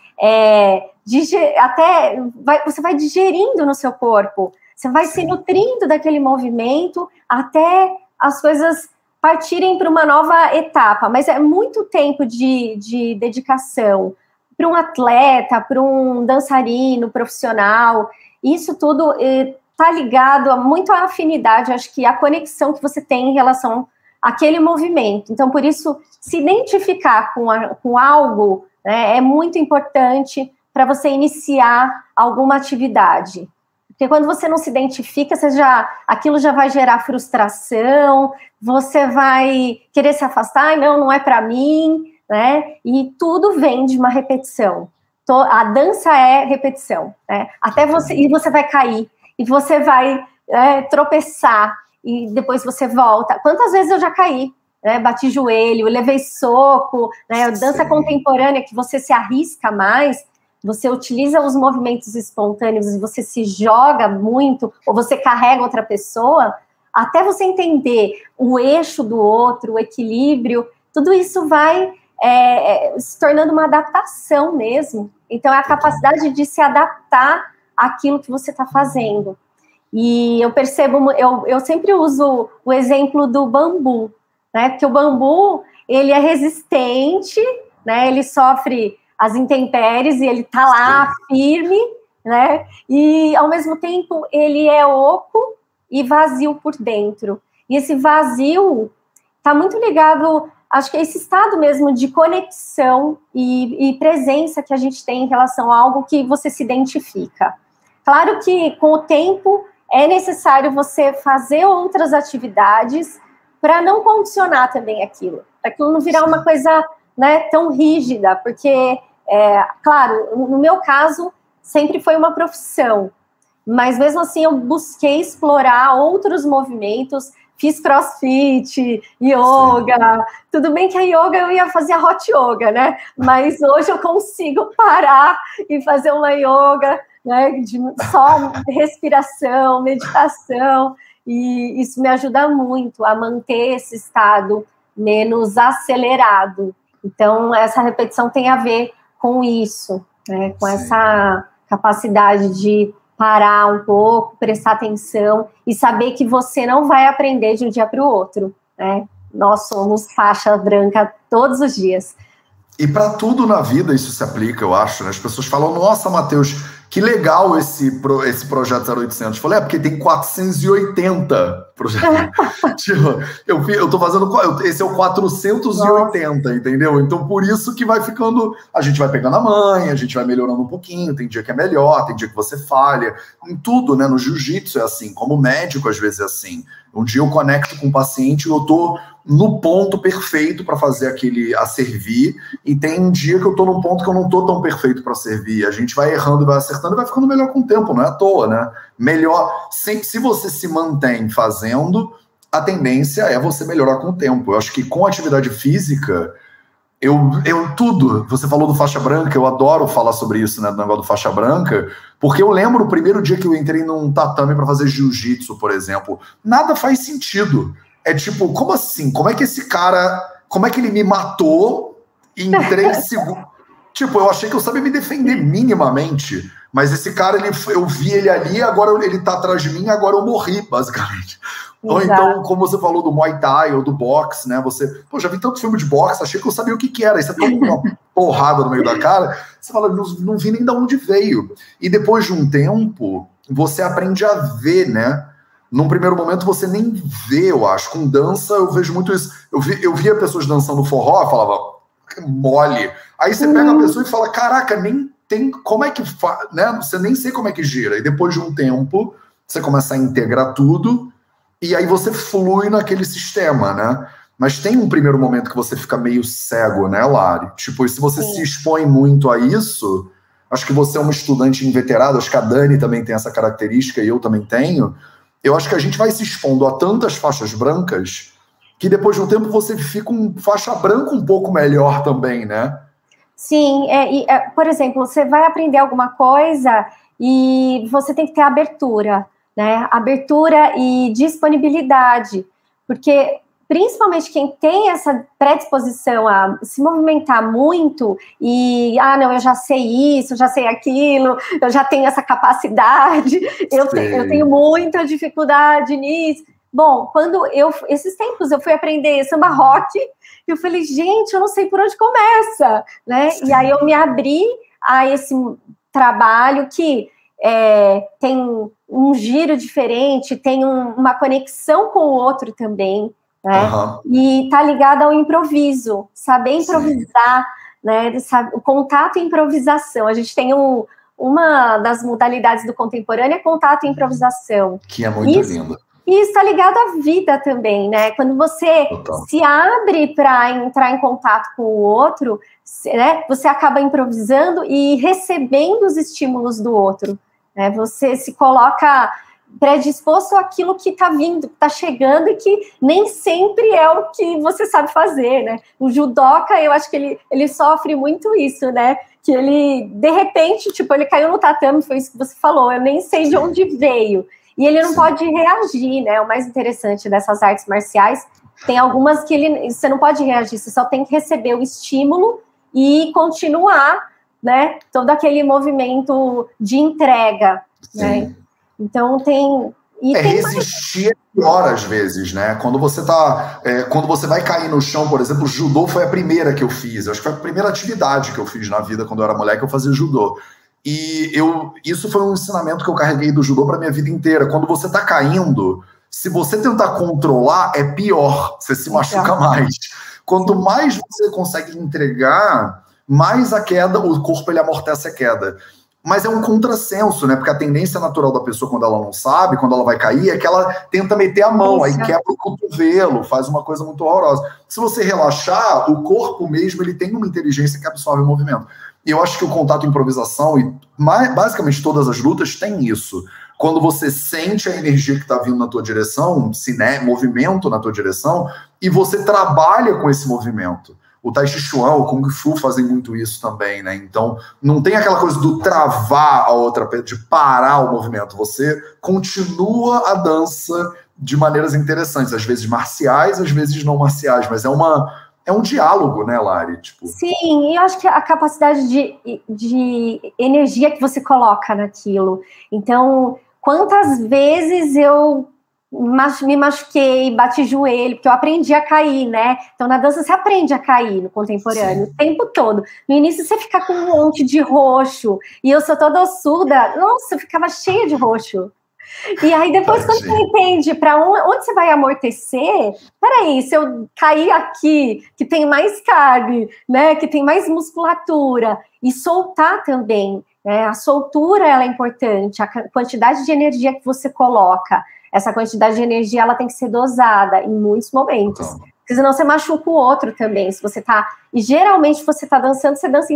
você vai digerindo no seu corpo, você vai se nutrindo daquele movimento até as coisas partirem para uma nova etapa, mas é muito tempo de dedicação para um atleta, para um dançarino profissional. Isso tudo está ligado muito à afinidade, acho que a conexão que você tem em relação àquele movimento. Então, por isso, se identificar com algo, né, é muito importante para você iniciar alguma atividade. Porque quando você não se identifica, aquilo já vai gerar frustração, você vai querer se afastar, não é para mim, né? E tudo vem de uma repetição. A dança é repetição, né? E você vai cair, e você vai tropeçar, e depois você volta. Quantas vezes eu já caí? Né? Bati joelho, levei soco, né? Dança contemporânea que você se arrisca mais, você utiliza os movimentos espontâneos e você se joga muito, ou você carrega outra pessoa, até você entender o eixo do outro, o equilíbrio, tudo isso vai se tornando uma adaptação mesmo. Então, é a capacidade de se adaptar àquilo que você está fazendo. E eu percebo, eu sempre uso o exemplo do bambu, né? Porque o bambu, ele é resistente, né? Ele sofre as intempéries e ele tá lá firme, né? E ao mesmo tempo ele é oco e vazio por dentro. E esse vazio tá muito ligado, acho que é esse estado mesmo de conexão e presença que a gente tem em relação a algo que você se identifica. Claro que com o tempo é necessário você fazer outras atividades para não condicionar também aquilo, para aquilo não virar uma coisa, né, tão rígida, porque claro, no meu caso, sempre foi uma profissão, mas mesmo assim eu busquei explorar outros movimentos, fiz crossfit, yoga, tudo bem que a yoga eu ia fazer a hot yoga, né, mas hoje eu consigo parar e fazer uma yoga, né, de só respiração, meditação, e isso me ajuda muito a manter esse estado menos acelerado. Então, essa repetição tem a ver com isso, né? Com essa capacidade de parar um pouco, prestar atenção e saber que você não vai aprender de um dia para o outro, né? Nós somos faixa branca todos os dias. E para tudo na vida isso se aplica, eu acho, né? As pessoas falam, nossa, Matheus, que legal esse projeto 0800. Eu falei, porque tem 480 projetos. Tipo, eu tô fazendo, esse é o 480, nossa. Entendeu? Então, por isso que vai ficando, a gente vai pegando a manha, a gente vai melhorando um pouquinho, tem dia que é melhor, tem dia que você falha, em tudo, né? No jiu-jitsu é assim, como médico às vezes é assim. Um dia eu conecto com o paciente e eu tô no ponto perfeito para fazer a servir, e tem um dia que eu tô num ponto que eu não tô tão perfeito para servir. A gente vai errando, vai acertando e vai ficando melhor com o tempo, não é à toa, né? Melhor, se você se mantém fazendo, a tendência é você melhorar com o tempo. Eu acho que com atividade física, tudo, você falou do faixa branca, eu adoro falar sobre isso, né, do negócio do faixa branca, porque eu lembro o primeiro dia que eu entrei num tatame para fazer jiu-jitsu, por exemplo, nada faz sentido. É tipo, como assim? Como é que esse cara, como é que ele me matou em 3 segundos? Tipo, eu achei que eu sabia me defender minimamente, mas esse cara, eu vi ele ali, agora ele tá atrás de mim, agora eu morri, basicamente. Ou então, como você falou do Muay Thai ou do boxe, né? Já vi tanto filme de boxe, achei que eu sabia o que era. Aí você toma uma porrada no meio da cara, você fala, não vi nem de onde veio. E depois de um tempo, você aprende a ver, né? num primeiro momento você nem vê, eu acho. Com dança eu vejo muito isso. Eu via pessoas dançando forró, eu falava, mole. Aí você pega a pessoa e fala, caraca, nem tem, como é que faz, né? Você nem sei como é que gira. E depois de um tempo, você começa a integrar tudo, e aí você flui naquele sistema, né? Mas tem um primeiro momento que você fica meio cego, né, Lari? Tipo, e se você se expõe muito a isso, acho que você é uma estudante inveterada, acho que a Dani também tem essa característica, e eu também tenho. Eu acho que a gente vai se expondo a tantas faixas brancas que depois de um tempo você fica com faixa branca um pouco melhor também, né? Sim, por exemplo, você vai aprender alguma coisa e você tem que ter abertura, né? Abertura e disponibilidade, porque principalmente quem tem essa predisposição a se movimentar muito e, não, eu já sei isso, eu já sei aquilo, eu já tenho essa capacidade, eu tenho muita dificuldade nisso. Bom, esses tempos eu fui aprender samba rock, eu falei, gente, eu não sei por onde começa, né? Sim. E aí eu me abri a esse trabalho que tem um giro diferente, tem uma conexão com o outro também, né? E tá ligado ao improviso, saber improvisar, né? O contato e improvisação. A gente tem uma das modalidades do contemporâneo é contato e improvisação. Que é muito lindo. E isso está ligado à vida também, né? Quando você se abre para entrar em contato com o outro, né? Você acaba improvisando e recebendo os estímulos do outro, né? Você se coloca predisposto àquilo que está vindo, está chegando e que nem sempre é o que você sabe fazer, né? O judoca, eu acho que ele sofre muito isso, né? Que ele, de repente, tipo, ele caiu no tatame, foi isso que você falou, eu nem sei de onde veio. E ele não pode reagir, né? O mais interessante dessas artes marciais, tem algumas que você não pode reagir, você só tem que receber o estímulo e continuar, né? Todo aquele movimento de entrega, né? Então tem... resistir é pior às vezes, né? Quando você quando você vai cair no chão, por exemplo, o judô foi a primeira que eu fiz. Acho que foi a primeira atividade que eu fiz na vida quando eu era moleque, eu fazia judô. E isso foi um ensinamento que eu carreguei do judô para minha vida inteira. Quando você tá caindo, se você tentar controlar, é pior, você se machuca mais. Quanto mais você consegue entregar, mais a queda, o corpo ele amortece a queda. Mas é um contrassenso, né? Porque a tendência natural da pessoa, quando ela não sabe, quando ela vai cair, é que ela tenta meter a mão, aí quebra o cotovelo, faz uma coisa muito horrorosa. Se você relaxar, o corpo mesmo ele tem uma inteligência que absorve o movimento. E eu acho que o contato improvisação, e basicamente todas as lutas têm isso. Quando você sente a energia que está vindo na tua direção, movimento na tua direção, e você trabalha com esse movimento. O Tai Chi Chuan, o Kung Fu fazem muito isso também, né? Então, não tem aquela coisa do travar a outra, de parar o movimento. Você continua a dança de maneiras interessantes, às vezes marciais, às vezes não marciais, mas é um diálogo, né, Lari? Tipo... Sim, e eu acho que a capacidade de energia que você coloca naquilo. Então, quantas vezes eu me machuquei, bati joelho, porque eu aprendi a cair, né? Então, na dança você aprende a cair no contemporâneo, o tempo todo. No início você fica com um monte de roxo, e eu sou toda ossuda, nossa, eu ficava cheia de roxo. E aí depois quando você entende para onde você vai amortecer, peraí, se eu cair aqui, que tem mais carne, né, que tem mais musculatura, e soltar também, né, a soltura ela é importante, a quantidade de energia que você coloca, essa quantidade de energia ela tem que ser dosada em muitos momentos, porque senão você machuca o outro também, se você tá, e geralmente você tá dançando, você dança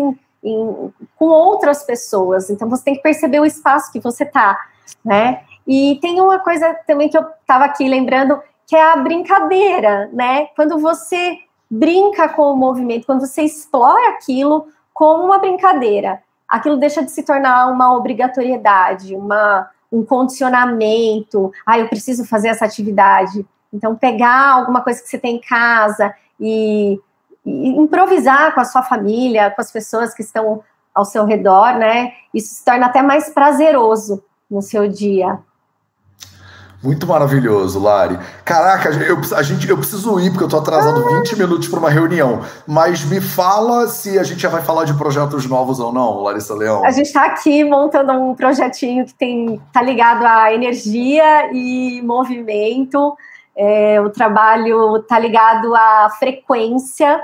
com outras pessoas, então você tem que perceber o espaço que você tá, né? E tem uma coisa também que eu estava aqui lembrando, que é a brincadeira, né? Quando você brinca com o movimento, quando você explora aquilo como uma brincadeira, aquilo deixa de se tornar uma obrigatoriedade, um condicionamento. Eu preciso fazer essa atividade. Então, pegar alguma coisa que você tem em casa e improvisar com a sua família, com as pessoas que estão ao seu redor, né? Isso se torna até mais prazeroso no seu dia. Muito maravilhoso, Lari. Caraca, eu preciso ir, porque eu tô atrasado 20 minutos para uma reunião. Mas me fala se a gente já vai falar de projetos novos ou não, Larissa Leão. A gente está aqui montando um projetinho que tá ligado à energia e movimento. O trabalho tá ligado à frequência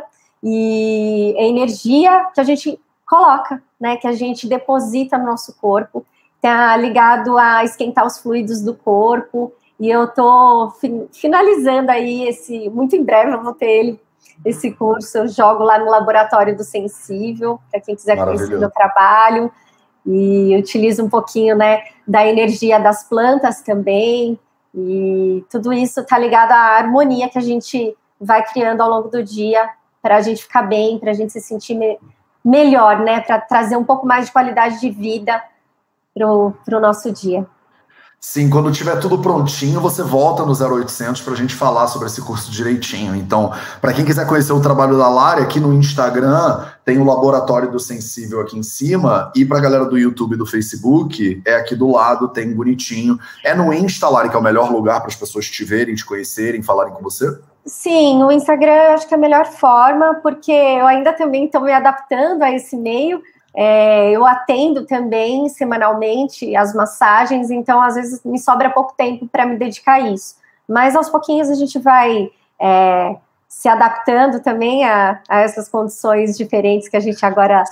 e a energia que a gente coloca, né? Que a gente deposita no nosso corpo. Está ligado a esquentar os fluidos do corpo, e eu estou finalizando aí muito em breve eu vou ter esse curso, eu jogo lá no Laboratório do Sensível, para quem quiser conhecer o meu trabalho, e utilizo um pouquinho, né, da energia das plantas também, e tudo isso está ligado à harmonia que a gente vai criando ao longo do dia, para a gente ficar bem, para a gente se sentir melhor, né, para trazer um pouco mais de qualidade de vida para o nosso dia. Sim, quando tiver tudo prontinho, você volta no 0800 para a gente falar sobre esse curso direitinho. Então, para quem quiser conhecer o trabalho da Lari, aqui no Instagram tem o Laboratório do Sensível aqui em cima, e para a galera do YouTube e do Facebook, é aqui do lado, tem bonitinho. É no Insta, Lari, que é o melhor lugar para as pessoas te verem, te conhecerem, falarem com você? Sim, o Instagram acho que é a melhor forma, porque eu ainda também estou me adaptando a esse meio. Eu atendo também semanalmente as massagens, então às vezes me sobra pouco tempo para me dedicar a isso, mas aos pouquinhos a gente vai se adaptando também a essas condições diferentes que a gente agora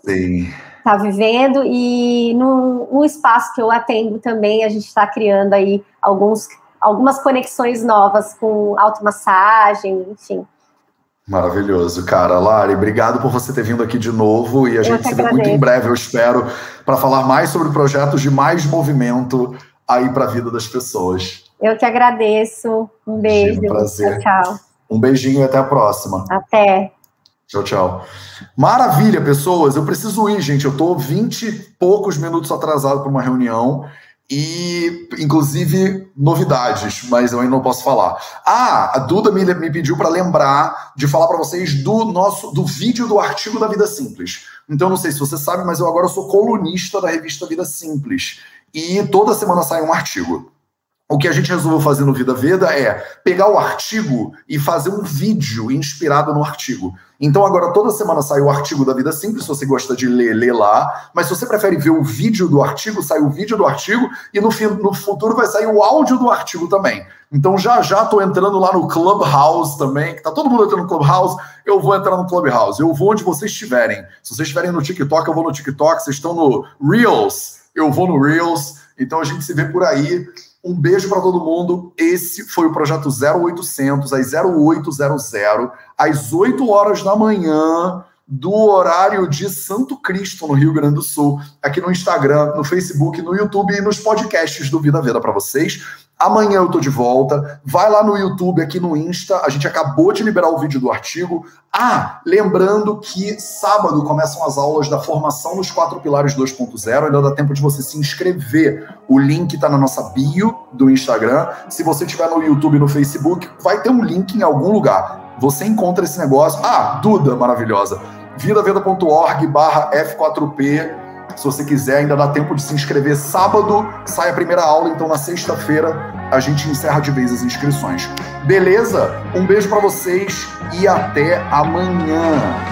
está vivendo, e no espaço que eu atendo também a gente está criando aí algumas conexões novas com automassagem, enfim. Maravilhoso, cara. Lari, obrigado por você ter vindo aqui de novo, e a gente se vê muito em breve, eu espero, para falar mais sobre projetos de mais movimento aí para a vida das pessoas. Eu que agradeço. Um beijo. Um prazer. Tchau. Um beijinho e até a próxima. Até. Tchau, tchau. Maravilha, pessoas. Eu preciso ir, gente. Eu tô 20 e poucos minutos atrasado para uma reunião. E, inclusive, novidades, mas eu ainda não posso falar. A Duda me pediu para lembrar de falar para vocês do vídeo do artigo da Vida Simples. Então, não sei se você sabe, mas eu agora sou colunista da revista Vida Simples. E toda semana sai um artigo. O que a gente resolveu fazer no Vida Veda é pegar o artigo e fazer um vídeo inspirado no artigo. Então agora toda semana sai o artigo da Vida Simples, se você gosta de ler, lê lá. Mas se você prefere ver o vídeo do artigo, sai o vídeo do artigo, e no futuro vai sair o áudio do artigo também. Então já estou entrando lá no Clubhouse também, que tá todo mundo entrando no Clubhouse, eu vou entrar no Clubhouse. Eu vou onde vocês estiverem. Se vocês estiverem no TikTok, eu vou no TikTok. Vocês estão no Reels, eu vou no Reels. Então a gente se vê por aí. Um beijo para todo mundo. Esse foi o projeto 0800, às 0800, às 8 horas da manhã, do horário de Santo Cristo, no Rio Grande do Sul, aqui no Instagram, no Facebook, no YouTube e nos podcasts do Vida Veda para vocês. Amanhã eu tô de volta. Vai lá no YouTube, aqui no Insta. A gente acabou de liberar o vídeo do artigo. Lembrando que sábado começam as aulas da formação nos 4 pilares 2.0. Ainda dá tempo de você se inscrever. O link tá na nossa bio do Instagram. Se você estiver no YouTube e no Facebook, vai ter um link em algum lugar. Você encontra esse negócio. Duda, maravilhosa. vidaveda.org/F4P. Se você quiser, ainda dá tempo de se inscrever. Sábado sai a primeira aula, então na sexta-feira a gente encerra de vez as inscrições. Beleza? Um beijo para vocês e até amanhã.